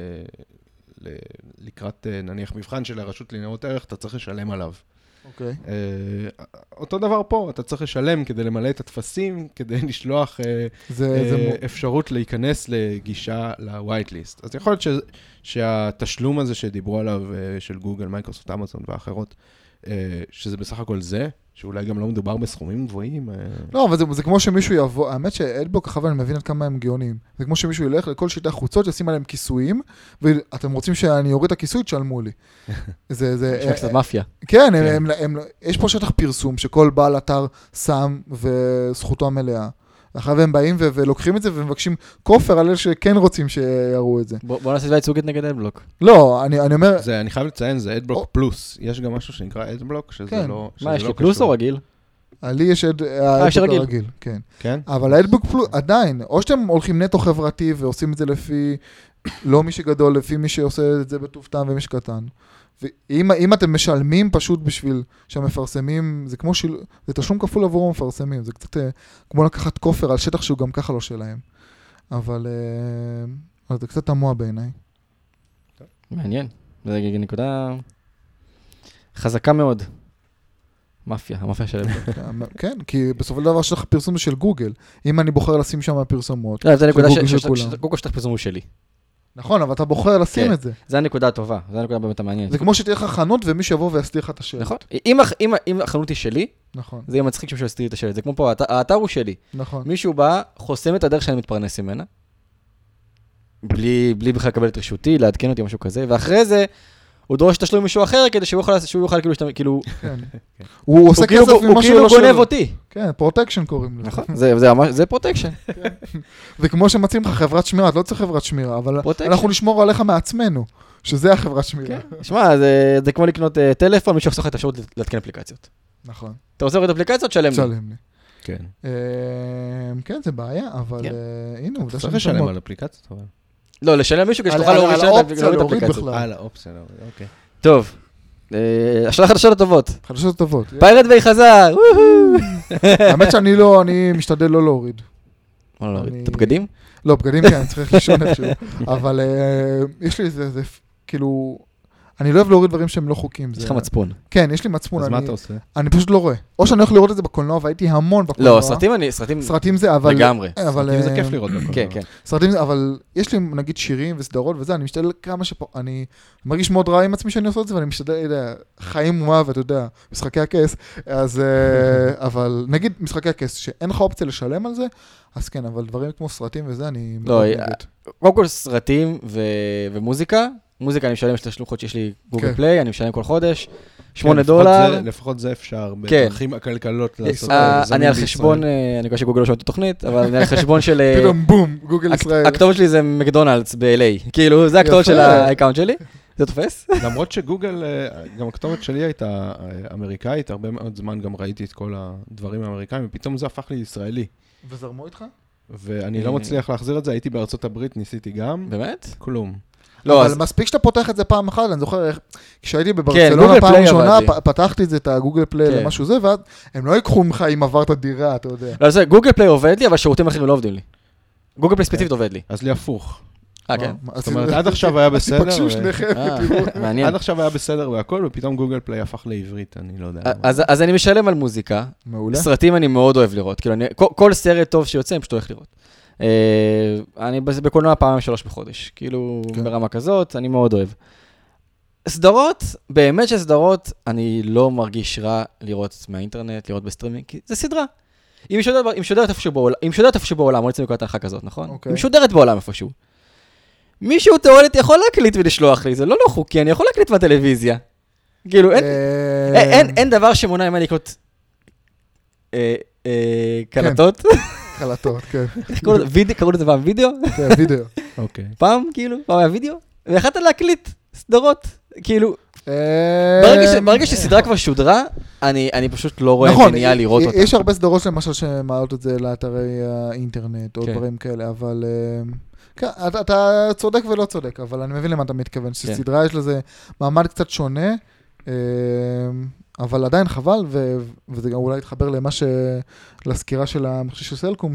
ל, לקראת, אה, נניח, מבחן של הרשות לניירות ערך, אתה צריך לשלם עליו. אוקיי. אה, אותו דבר פה, אתה צריך לשלם כדי למלא את הטפסים, כדי לשלוח אה, זה, אה, זה מו- אפשרות להיכנס לגישה ל-white list. אז יכול להיות ש, שהתשלום הזה שדיברו עליו, אה, של גוגל, מייקרוסופט, אמזון ואחרות, אה, שזה בסך הכל זה, שאולי גם לא מדובר בסכומים גבוהים. אה, לא, אבל זה, זה כמו שמישהו יבוא, האמת שאלבלוק אחר אני מבין עד כמה הם גאונים. זה כמו שמישהו ילך לכל שיטי החוצות, ישים עליהם כיסויים, ואתם רוצים שאני אוריד את הכיסוי, תשלמו לי. זה, זה, נשמע קצת מאפיה. כן, הם, הם, הם, הם, יש פה שטח פרסום שכל בעל אתר שם וזכותו המלאה. אחרי הם באים ו- ולוקחים את זה ומבקשים כופר על אלה שכן רוצים שיראו את זה. בוא בוא נעשה תביעה ייצוגית נגד אדבלוק. לא, אני, אני אומר, זה, אני חייב לציין, זה אדבלוק או- פלוס. יש גם משהו שנקרא אדבלוק, שזה כן. לא שזה מה, יש לא לי פלוס קשור. או רגיל? לי יש את יש האדבוק רגיל. הרגיל, כן. כן? אבל האדבוק פלוס, עדיין, או שאתם הולכים נטו חברתי ועושים את זה לפי, לא מי שגדול, לפי מי שעושה את זה בטוב טעם ומי שקטן. ואם אם אתם משלמים פשוט בשביל שהמפרסמים, זה כמו של... זה תשלום כפול עבור המפרסמים, זה קצת אה, כמו לקחת כופר על שטח שהוא גם ככה לא שלהם. אבל אה, אבל זה קצת תמוה בעיניי. מעניין. זו נקודה חזקה מאוד. מאפיה, המאפיה של אדבלוק. כן, כי בסופו של דבר שלך פרסום של גוגל. אם אני בוחר לשים שם פרסומות. לא, זו נקודה של גוגל ש... של כולם. קודם כל שטח פרסום הוא שלי. נכון, אבל אתה בוחר לשים כן. את זה. זו הנקודה הטובה, זו הנקודה באמת המעניינת. זה כמו שתהיה לך חנות ומי שיבוא ויסתיר לך את השאלה. נכון. אם הח- אם- אם החנות היא שלי, נכון, זה יהיה מצחיק שמישהו יסתיר את השלט. זה כמו פה, האתר- האתר הוא שלי. נכון. מישהו בא, חוסם את הדרך שאני מתפרנס ממנה, בלי, בלי בכלל לקבל את רשותי, לעדכן אותי, משהו כזה, ואחרי זה, הוא דורש תשלום מישהו אחר, כדי שהוא יוכל, שהוא יוכל כאילו, שת- כאילו, כן. הוא עושה הוא כאילו, כסף הוא ממה כאילו שלא גונב שלו. אותי. כן, פרוטקשן קוראים לזה. נכון, זה, זה ממש, זה פרוטקשן. זה כמו שמציעים לך חברת שמירה, את לא צריך חברת שמירה, אבל פרוטקשן. אנחנו נשמור עליך מעצמנו, שזה החברת שמירה. שמע, זה, זה כמו לקנות uh, טלפון, מישהו יחסוך את האפשרות להתקן אפליקציות. נכון, אתה רוצה לראות אפליקציות? שלם לי. תשלם לי. כן. אה, כן, זה בעיה, אבל כן. אה, הנה, עובדה צריך שאני לשלם שמות. על אפליקציות, אבל... לא, לשלם מישהו כדי על- שתוכל על- להוריד על לשלם את האופציה להוריד את להוריד האפליקציות. בכלל. אה, לאופציה, לא, אוקיי. טוב, אה, השאלה החדשות הטובות. חדשות טובות. פיירט ביי חזר, וואו. האמת שאני לא, אני משתדל לא להוריד. מה לא, אני- את הבגדים? לא, בגדים כן, אני צריך לישון איכשהו. אבל אה, יש לי איזה, זה, כאילו, אני לא אוהב להוריד דברים שהם לא חוקיים. יש זה- לך מצפון. כן, יש לי מצפון. אז מה אני- אתה עושה? אני פשוט לא רואה. או שאני הולך לראות את זה בקולנוע, והייתי המון בקולנוע. לא, סרטים אני, סרטים סרטים זה, אבל... לגמרי. אבל... כי זה אה, כיף לראות בקולנוע. כן, כן. סרטים זה, אבל יש לי נגיד שירים וסדרות וזה, אני משתדל כמה שפה, אני מרגיש מאוד רע עם עצמי שאני עושה את זה, ואני משתדל, יודע, חיים ומוות, אתה יודע, משחקי הכס, אז, אה, אבל נגיד משחקי הכס, שאין לך אופציה לשלם על זה, אז כן, אבל דברים כמו סרטים וזה, אני לא, מאוד אה, נגד. קודם כל סרטים ו- ומוזיקה. מוזיקה אני משלם, יש תשלום חודשי, יש לי גוגל כן. פליי, אני משלם כל חודש. שמונה כן, דולר. לפחות זה, לפחות זה אפשר, כן. בדרכים הכלכלות לעשות. אה, זמין אני על בישראל. חשבון, אה, אני חושב שגוגל לא שומע את התוכנית, אבל אני על חשבון של... אה, פתאום בום, גוגל הכ- ישראל. הכתובת שלי זה מקדונלדס ב-אל איי. כאילו, זה הכתובת יפה. של האקאונט שלי. זה תופס? למרות שגוגל, אה, גם הכתובת שלי הייתה אה, אמריקאית, הרבה מאוד זמן גם ראיתי את כל הדברים האמריקאים, ופתאום זה הפך לי ישראלי. וזרמו איתך? ואני לא מצליח להחזיר את זה, הייתי בארצות הברית, ניסיתי גם, באמת? כלום. לא, אבל אז... מספיק שאתה פותח את זה פעם אחת, אני זוכר איך, כשהייתי גוגל בברצלונה פעם פליי ראשונה, עבד לי. פ- פתחתי את זה, את הגוגל פליי כן. למשהו זה, ואז הם לא ייקחו ממך אם עברת דירה, אתה יודע. לא, זה, גוגל פליי עובד לי, אבל שירותים אחרים לא עובדים לי. גוגל פליי ספציפית עובד לי. אז לי הפוך. אה, כן? מה, זאת עשינו- אומרת, עד עכשיו היה בסדר, תיפגשו ו- שניכם, אה, ותראו. מעניין. עד עכשיו היה בסדר והכל, ופתאום גוגל פליי הפך לעברית, אני לא יודע. למה. אז, אז אני משלם על מוזיקה. מעולה. סרטים אני מאוד אוהב לראות. כאילו, אני, כל, כל סרט טוב שיוצא, אני פשוט הולך לראות. אה, אני בז- בקולנוע פעם שלוש בחודש. כאילו, כן. ברמה כזאת, אני מאוד אוהב. סדרות, באמת שסדרות, אני לא מרגיש רע לראות מהאינטרנט, לראות בסטרימינג, כי זה סדרה. היא משודרת, היא משודרת איפשהו בעולם, היא משודרת איפשהו בעולם, רוצה מנקודת הנחה כזאת, נכון? אוקיי. היא משודרת בעולם איפשהו. מישהו תיאורטית יכול להקליט ולשלוח לי, זה לא לא חוקי, אני יכול להקליט מהטלוויזיה. כאילו, אין, אה, אין, אין, אין דבר שמונע ממני לקנות אה, אה, קלטות. קלטות, כן. איך קראו לזה? וידאו, קראו לזה פעם וידאו? כן, וידאו. אוקיי. פעם, כאילו, פעם היה וידאו? ויכלת להקליט סדרות. כאילו, אה, ברגע ש- ברגע שסדרה כבר שודרה, אני אני פשוט לא רואה נכון, מניעה לראות אותה. יש הרבה סדרות למשל שמעלות את זה לאתרי האינטרנט או כן. דברים כאלה, אבל אה, כן, אתה- אתה צודק ולא צודק, אבל אני מבין למה אתה מתכוון, שסדרה יש לזה מעמד קצת שונה, אה, אבל עדיין חבל, ו- וזה גם אולי יתחבר למה ש... לסקירה של המכשיר של סלקום,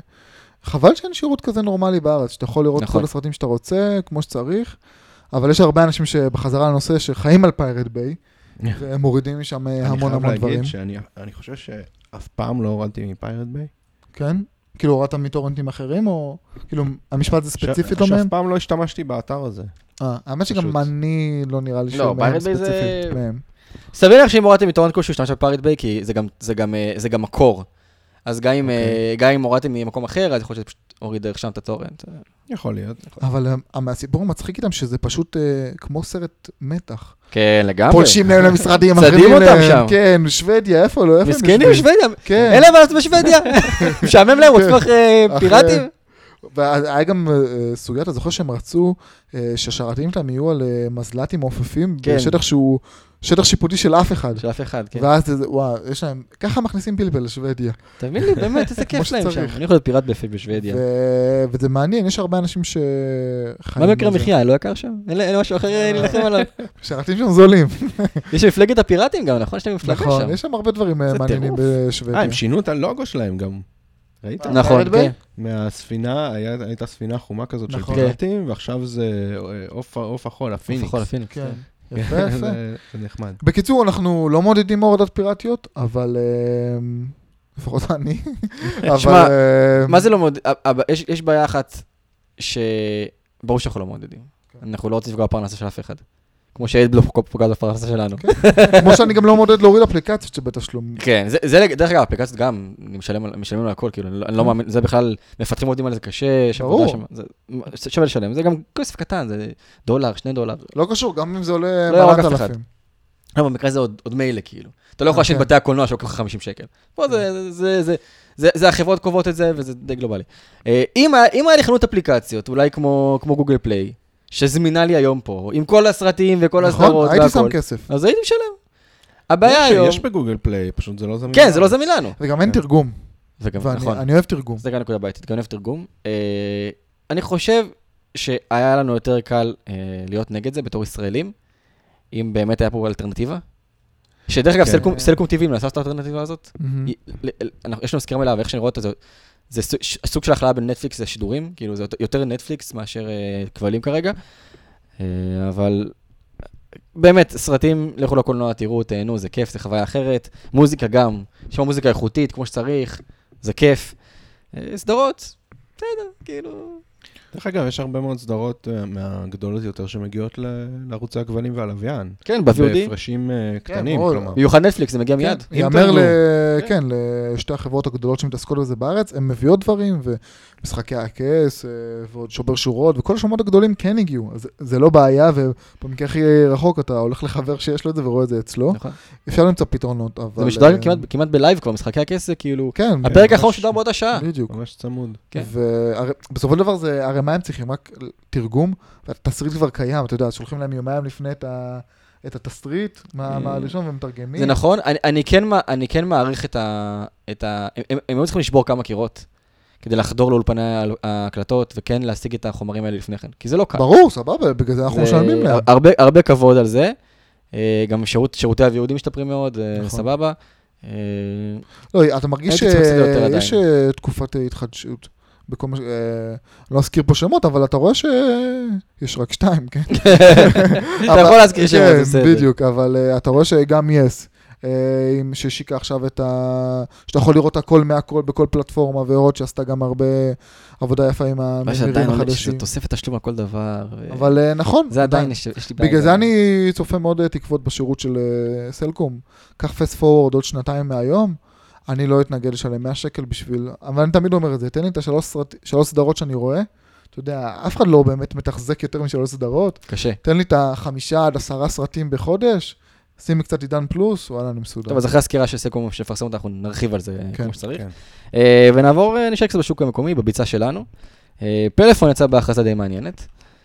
שחבל שאין שירות כזה נורמלי בארץ, שאתה יכול לראות נכון. כל הסרטים שאתה רוצה, כמו שצריך, אבל יש הרבה אנשים שבחזרה לנושא שחיים על פיירט ביי, והם מורידים משם אה, המון המון אני דברים. חייב להגיד שאני אני חושב שאף פעם לא הורדתי מפיירט ביי. כן? כאילו הורדת מטורנטים אחרים, או כאילו המשפט זה ספציפית לא שאף מהם? פעם לא השתמשתי באתר הזה. אה, האמת שגם פשוט. אני לא נראה לי לא, שהוא מהם פיירט ביי זה- ספציפית. מהם. סביר לך שאם הורדתם מטורנט כלשהו השתמש בפיירט ביי, כי זה גם- זה גם, אה, זה גם מקור. אז גם אם, אה, גם אם הורדתם ממקום אחר, אז יכול להיות שפשוט הוריד דרך שם את הטורנט. יכול להיות. אבל אה, הסיפור המצחיק איתם שזה פשוט אה, כמו סרט מתח. כן, לגמרי. פולשים להם למשרדים, צדים מחרימים אותם להם. שם. כן, שוודיה, איפה לא? איפה הם מסכנים יושבים? בשוודיה. כן. אין להם מה לעשות בשוודיה. משעמם להם, רוצים אחרי אחרי- פיראטים. והיה גם אה, סוגיה, אתה זוכר שהם רצו אה, שהשרתים שלהם יהיו על אה, מזל"טים מעופפים, כן. בשטח שהוא שטח שיפוטי של אף אחד. של אף אחד, כן. ואז זה, וואו, יש להם, ככה מכניסים פלפל לשוודיה. תבין לי, באמת, איזה כמו כיף להם שם. שצריך. אני יכול להיות פיראט בפי בשוודיה. ו- וזה מעניין, יש הרבה אנשים שחיים מה במקרה על זה. המחיה? לא יקר שם? אין אין משהו אחר להילחם עליו. שרתים שם זולים. יש מפלגת הפיראטים גם, נכון? יש להם מפלגה נכון, שם. יש שם הרבה דברים אה, זה מעניינים טירוף. בשוודיה. אה, הם שינו את הלוגו שלהם גם. ראית? אה, נכון, פיירט ביי? כן. מהספינה, היה- הייתה ספינה חומה כזאת של נכון. פיראטים, ועכשיו זה אה, עוף עוף החול, הפיניקס. לפחות הפיניקס. כן, כן. יפה, יפה. זה זה נחמד. בקיצור, אנחנו לא מעודדים הורדות פיראטיות, אבל אה, לפחות אני. שמע, אבל, אה, מה זה לא מעודד? יש- יש בעיה אחת שברור שאנחנו לא מעודדים. אנחנו לא רוצים לפגוע בפרנסה של אף אחד. כמו שאדבלו פוגעת בפרנסה שלנו. כמו שאני גם לא מעודד להוריד אפליקציות שבתשלום. כן, זה- זה דרך אגב, אפליקציות גם, אני משלם על- משלמים על הכל, כאילו, אני לא- אני לא מאמין, זה בכלל, מפתחים עובדים על זה קשה, יש עבודה ברור. שם, זה שווה לשלם, זה גם כסף קטן, זה דולר, שני דולר. לא קשור, גם אם זה עולה לא יהרוג מנת אף אחד. אלפים. לא, במקרה הזה עוד עוד מילא, כאילו. אתה לא יכול להשאיר את אוקיי. בתי הקולנוע שלוקח לך חמישים שקל. פה זה- זה- זה- זה זה החברות קובעות את זה, וזה די גלובלי. אה, אם היה- אם היה לי חנות אפליקציות, אולי כמו כמו גוגל פליי, שזמינה לי היום פה, עם כל הסרטים וכל הסדרות נכון, הייתי שם והכל, כסף. אז הייתי משלם. הבעיה יש- היום... יש בגוגל פליי, פשוט זה לא זמין. כן, זה לא זמין לנו. וגם אין כן. תרגום. וגם, ואני נכון. אני אוהב תרגום. זה גם נקודה בעייתית, גם אוהב תרגום. אה, אני חושב שהיה לנו יותר קל אה, להיות נגד זה בתור ישראלים, אם באמת היה פה אלטרנטיבה. שדרך אגב, כן. סלקום- סלקום טי וי מנסה לעשות את האלטרנטיבה הזאת. מהמם. היא- ל- ל- אנחנו- יש לנו סקירה מלאה, ואיך שאני רואה אותה, זה- זה סוג- ש- סוג של הכללה בין נטפליקס זה שידורים, כאילו זה יותר- יותר נטפליקס מאשר אה, כבלים כרגע. אה, אבל באמת, סרטים, לכו לקולנוע, תראו, תהנו, זה כיף, זה חוויה אחרת. מוזיקה גם, לשמוע מוזיקה איכותית כמו שצריך, זה כיף. אה, סדרות, בסדר, כאילו... דרך אגב, יש הרבה מאוד סדרות מהגדולות יותר שמגיעות לערוצי הכבלים והלוויין. כן, ב-וי או די. בהפרשים קטנים, כלומר. מיוחד נטפליקס, זה מגיע מיד. יאמר כן, לשתי החברות הגדולות שמתעסקות בזה בארץ, הן מביאות דברים, ומשחקי הכס, ועוד שובר שורות, וכל השמות הגדולים כן הגיעו. זה לא בעיה, ובמקרה הכי רחוק, אתה הולך לחבר שיש לו את זה ורואה את זה אצלו. אפשר למצוא פתרונות, אבל... זה משודר כמעט בלייב כבר, משחקי הכס זה כאילו... כן. הפרק האחרון שודר באותה שעה. בדיוק. ממש צמוד. ובסופו של דבר זה, הרי מה הם צריכים? רק תרגום, והתסריט כבר קיים, אתה יודע, שולחים להם יומיים לפני את ה... את התסריט, מה הראשון, ומתרגמים. זה נכון, אני כן מעריך את ה... הם היו צריכים לשבור כמה קירות, כדי לחדור לאולפני ההקלטות, וכן להשיג את החומרים האלה לפני כן, כי זה לא קל. ברור, סבבה, בגלל זה אנחנו משלמים להם. הרבה כבוד על זה, גם שירותי הוויעודים משתפרים מאוד, סבבה. לא, אתה מרגיש שיש תקופת התחדשות. בכל מה ש... לא אזכיר פה שמות, אבל אתה רואה שיש רק שתיים, כן? אתה יכול להזכיר שמות, זה בסדר. בדיוק, אבל אתה רואה שגם יס, ששיקה עכשיו את ה... שאתה יכול לראות הכל מהכל בכל פלטפורמה, ולראות שעשתה גם הרבה עבודה יפה עם הממירים החדשים. זה תוספת תשלום על כל דבר. אבל נכון. זה עדיין, יש לי בעיה. בגלל זה אני צופה מאוד תקוות בשירות של סלקום. קח פסט פורוורד עוד שנתיים מהיום, אני לא אתנגד לשלם מאה שקל בשביל, אבל אני תמיד אומר את זה, תן לי את השלוש סדרות שאני רואה, אתה יודע, אף אחד לא באמת מתחזק יותר משלוש סדרות. קשה. תן לי את החמישה עד עשרה סרטים בחודש, שימי קצת עידן פלוס, וואלה, אני מסודר. טוב, אז אחרי הסקירה של סלקום שפרסם אותה, אנחנו נרחיב על זה כמו שצריך. ונעבור, נשאר קצת בשוק המקומי, בביצה שלנו. פלאפון יצא בהכרזה די מעניינת.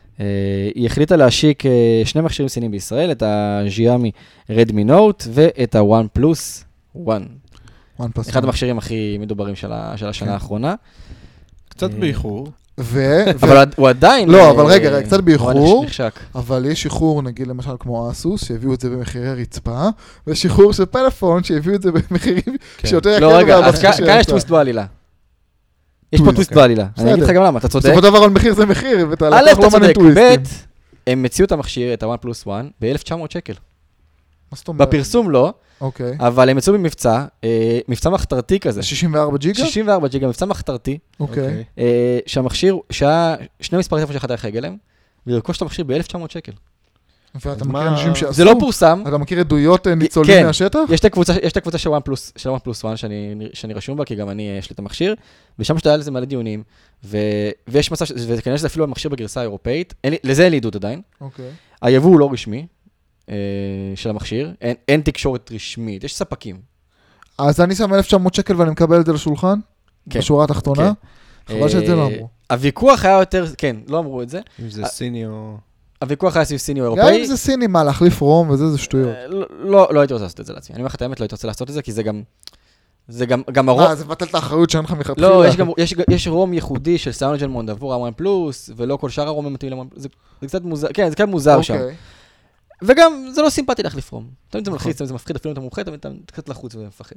היא החליטה להשיק שני מכשירים סיניים בישראל, את ה-Xiaomi Redmi Note ואת ה-One Plus One. אחד המכשירים הכי מדוברים של השנה האחרונה. קצת באיחור. אבל הוא עדיין... לא, אבל רגע, קצת באיחור, אבל יש איחור, נגיד למשל כמו אסוס, שהביאו את זה במחירי רצפה, ויש איחור של פלאפון, שהביאו את זה במחירים שיותר יקר. לא, רגע, אז כאן יש טוויסט בעלילה. יש פה טוויסט בעלילה. אני אגיד לך גם למה, אתה צודק. בסופו דבר על מחיר זה מחיר, ואתה לא לא צודק. ב' הם מציעו את המכשיר, את ה-One Plus One, ב-אלף תשע מאות שקל. בפרסום לא, אבל הם יצאו במבצע, מבצע מחתרתי כזה. שישים וארבע ג'יגה? שישים וארבע ג'יגה, מבצע מחתרתי. אוקיי. שהמכשיר, שהיה שני מספר טלפון שאחד היה חגלם, ולרכוש את המכשיר ב-אלף תשע מאות שקל. ואתה מכיר אנשים שעשו? זה לא פורסם. אתה מכיר עדויות ניצולים מהשטח? יש את הקבוצה של One Plus One שאני רשום בה, כי גם אני יש לי את המכשיר, ושם שאתה היה לזה מלא דיונים, ויש מצב, וכנראה שזה אפילו המכשיר בגרסה האירופאית, לזה אין לי עדות עדיין. היבוא הוא לא רשמי של המכשיר, אין תקשורת רשמית, יש ספקים. אז אני שם אלף תשע מאות שקל ואני מקבל את זה לשולחן? בשורה התחתונה? חבל שאת זה לא אמרו. הוויכוח היה יותר, כן, לא אמרו את זה. אם זה סיני או... הוויכוח היה סביב סיני או אירופאי. גם אם זה סיני, מה, להחליף רום וזה, זה שטויות. לא, לא הייתי רוצה לעשות את זה לעצמי. אני אומר לך את האמת, לא הייתי רוצה לעשות את זה, כי זה גם... זה גם, גם הרום... מה, זה מבטל את האחריות שאין לך מלכתחילה. לא, יש גם, יש, יש רום ייחודי של סאונג'למונד עבור ה-One Plus, ולא כל שאר הרום מתאים ל-One Plus. זה, זה קצת מוזר, כן, זה קצת מוזר שם. וגם, זה לא סימפטי להחליף רום. תמיד זה מלחיץ, זה מפחיד, אפילו אם אתה מומחה, תמיד אתה קצת לחוץ ומפחד.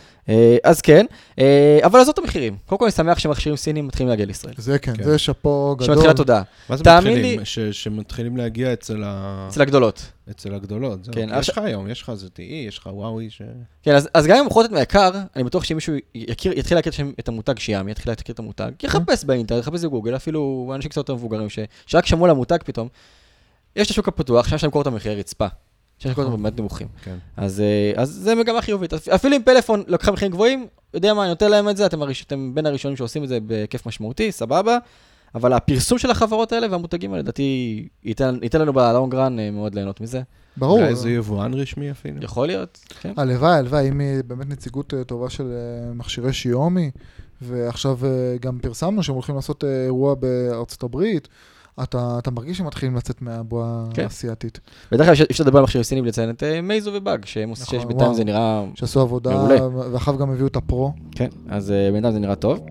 אז כן, אבל אז זאת המחירים. קודם כל אני שמח שמכשירים סינים מתחילים להגיע לישראל. זה כן, זה שפו גדול. שמתחילה תודה. מה זה מתחילים? שמתחילים להגיע אצל ה... אצל הגדולות. אצל הגדולות, זהו. יש לך היום, יש לך ז טי אי, יש לך וואוי ש... כן, אז גם אם מוכרות את מהיקר, אני בטוח שמישהו יתחיל להכיר את המותג שיאמי, יתחיל להכיר את המותג, יחפש באינטרנט, יחפש בגוגל, אפילו אנשים קצת יותר מבוגרים, שרק שמעו למותג פתאום. יש את השוק הפתוח, שם שמקור את המחירי רצפה. שיש קודם באמת נמוכים. אז זה מגמה חיובית. אפילו אם פלאפון לקחה מחירים גבוהים, יודע מה, אני נותן להם את זה, אתם בין הראשונים שעושים את זה בכיף משמעותי, סבבה, אבל הפרסום של החברות האלה והמותגים האלה, לדעתי, ייתן לנו בלונג רן מאוד ליהנות מזה. ברור. אולי זה יבואן רשמי אפילו. יכול להיות, כן. הלוואי, הלוואי, אם היא באמת נציגות טובה של מכשירי שיומי, ועכשיו גם פרסמנו שהם הולכים לעשות אירוע בארצות הברית, אתה, אתה מרגיש שמתחילים לצאת מהבועה האסייתית. בדרך כלל אפשר לדבר על מכשירים סינים לציין את מייזו ובאג, שיש בינתיים זה נראה מעולה. שעשו עבודה, ואחר גם הביאו את הפרו. כן, אז בינתיים זה נראה טוב.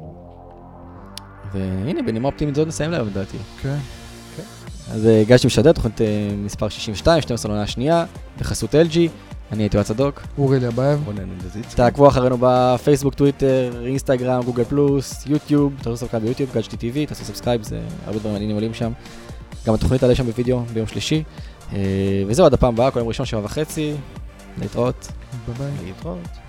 והנה, בנימה אופטימית זאת נסיים להם, לדעתי. כן. אז גשתי משדר, תוכנית מספר שישים ושתיים, שתים עשרה לעונה השנייה, בחסות אל ג'י. אני הייתי יועץ צדוק. אורי אליבאב. תעקבו אחרינו בפייסבוק, טוויטר, אינסטגרם, גוגל פלוס, יוטיוב, תעשו סבסקרייב ביוטיוב, גאדג'טי טי וי, תעשו סבסקרייב, זה הרבה דברים מעניינים עולים שם. גם התוכנית תעלה שם בווידאו ביום שלישי. וזהו עד הפעם הבאה, כל יום ראשון שבע וחצי. להתראות. ביי ביי. להתראות.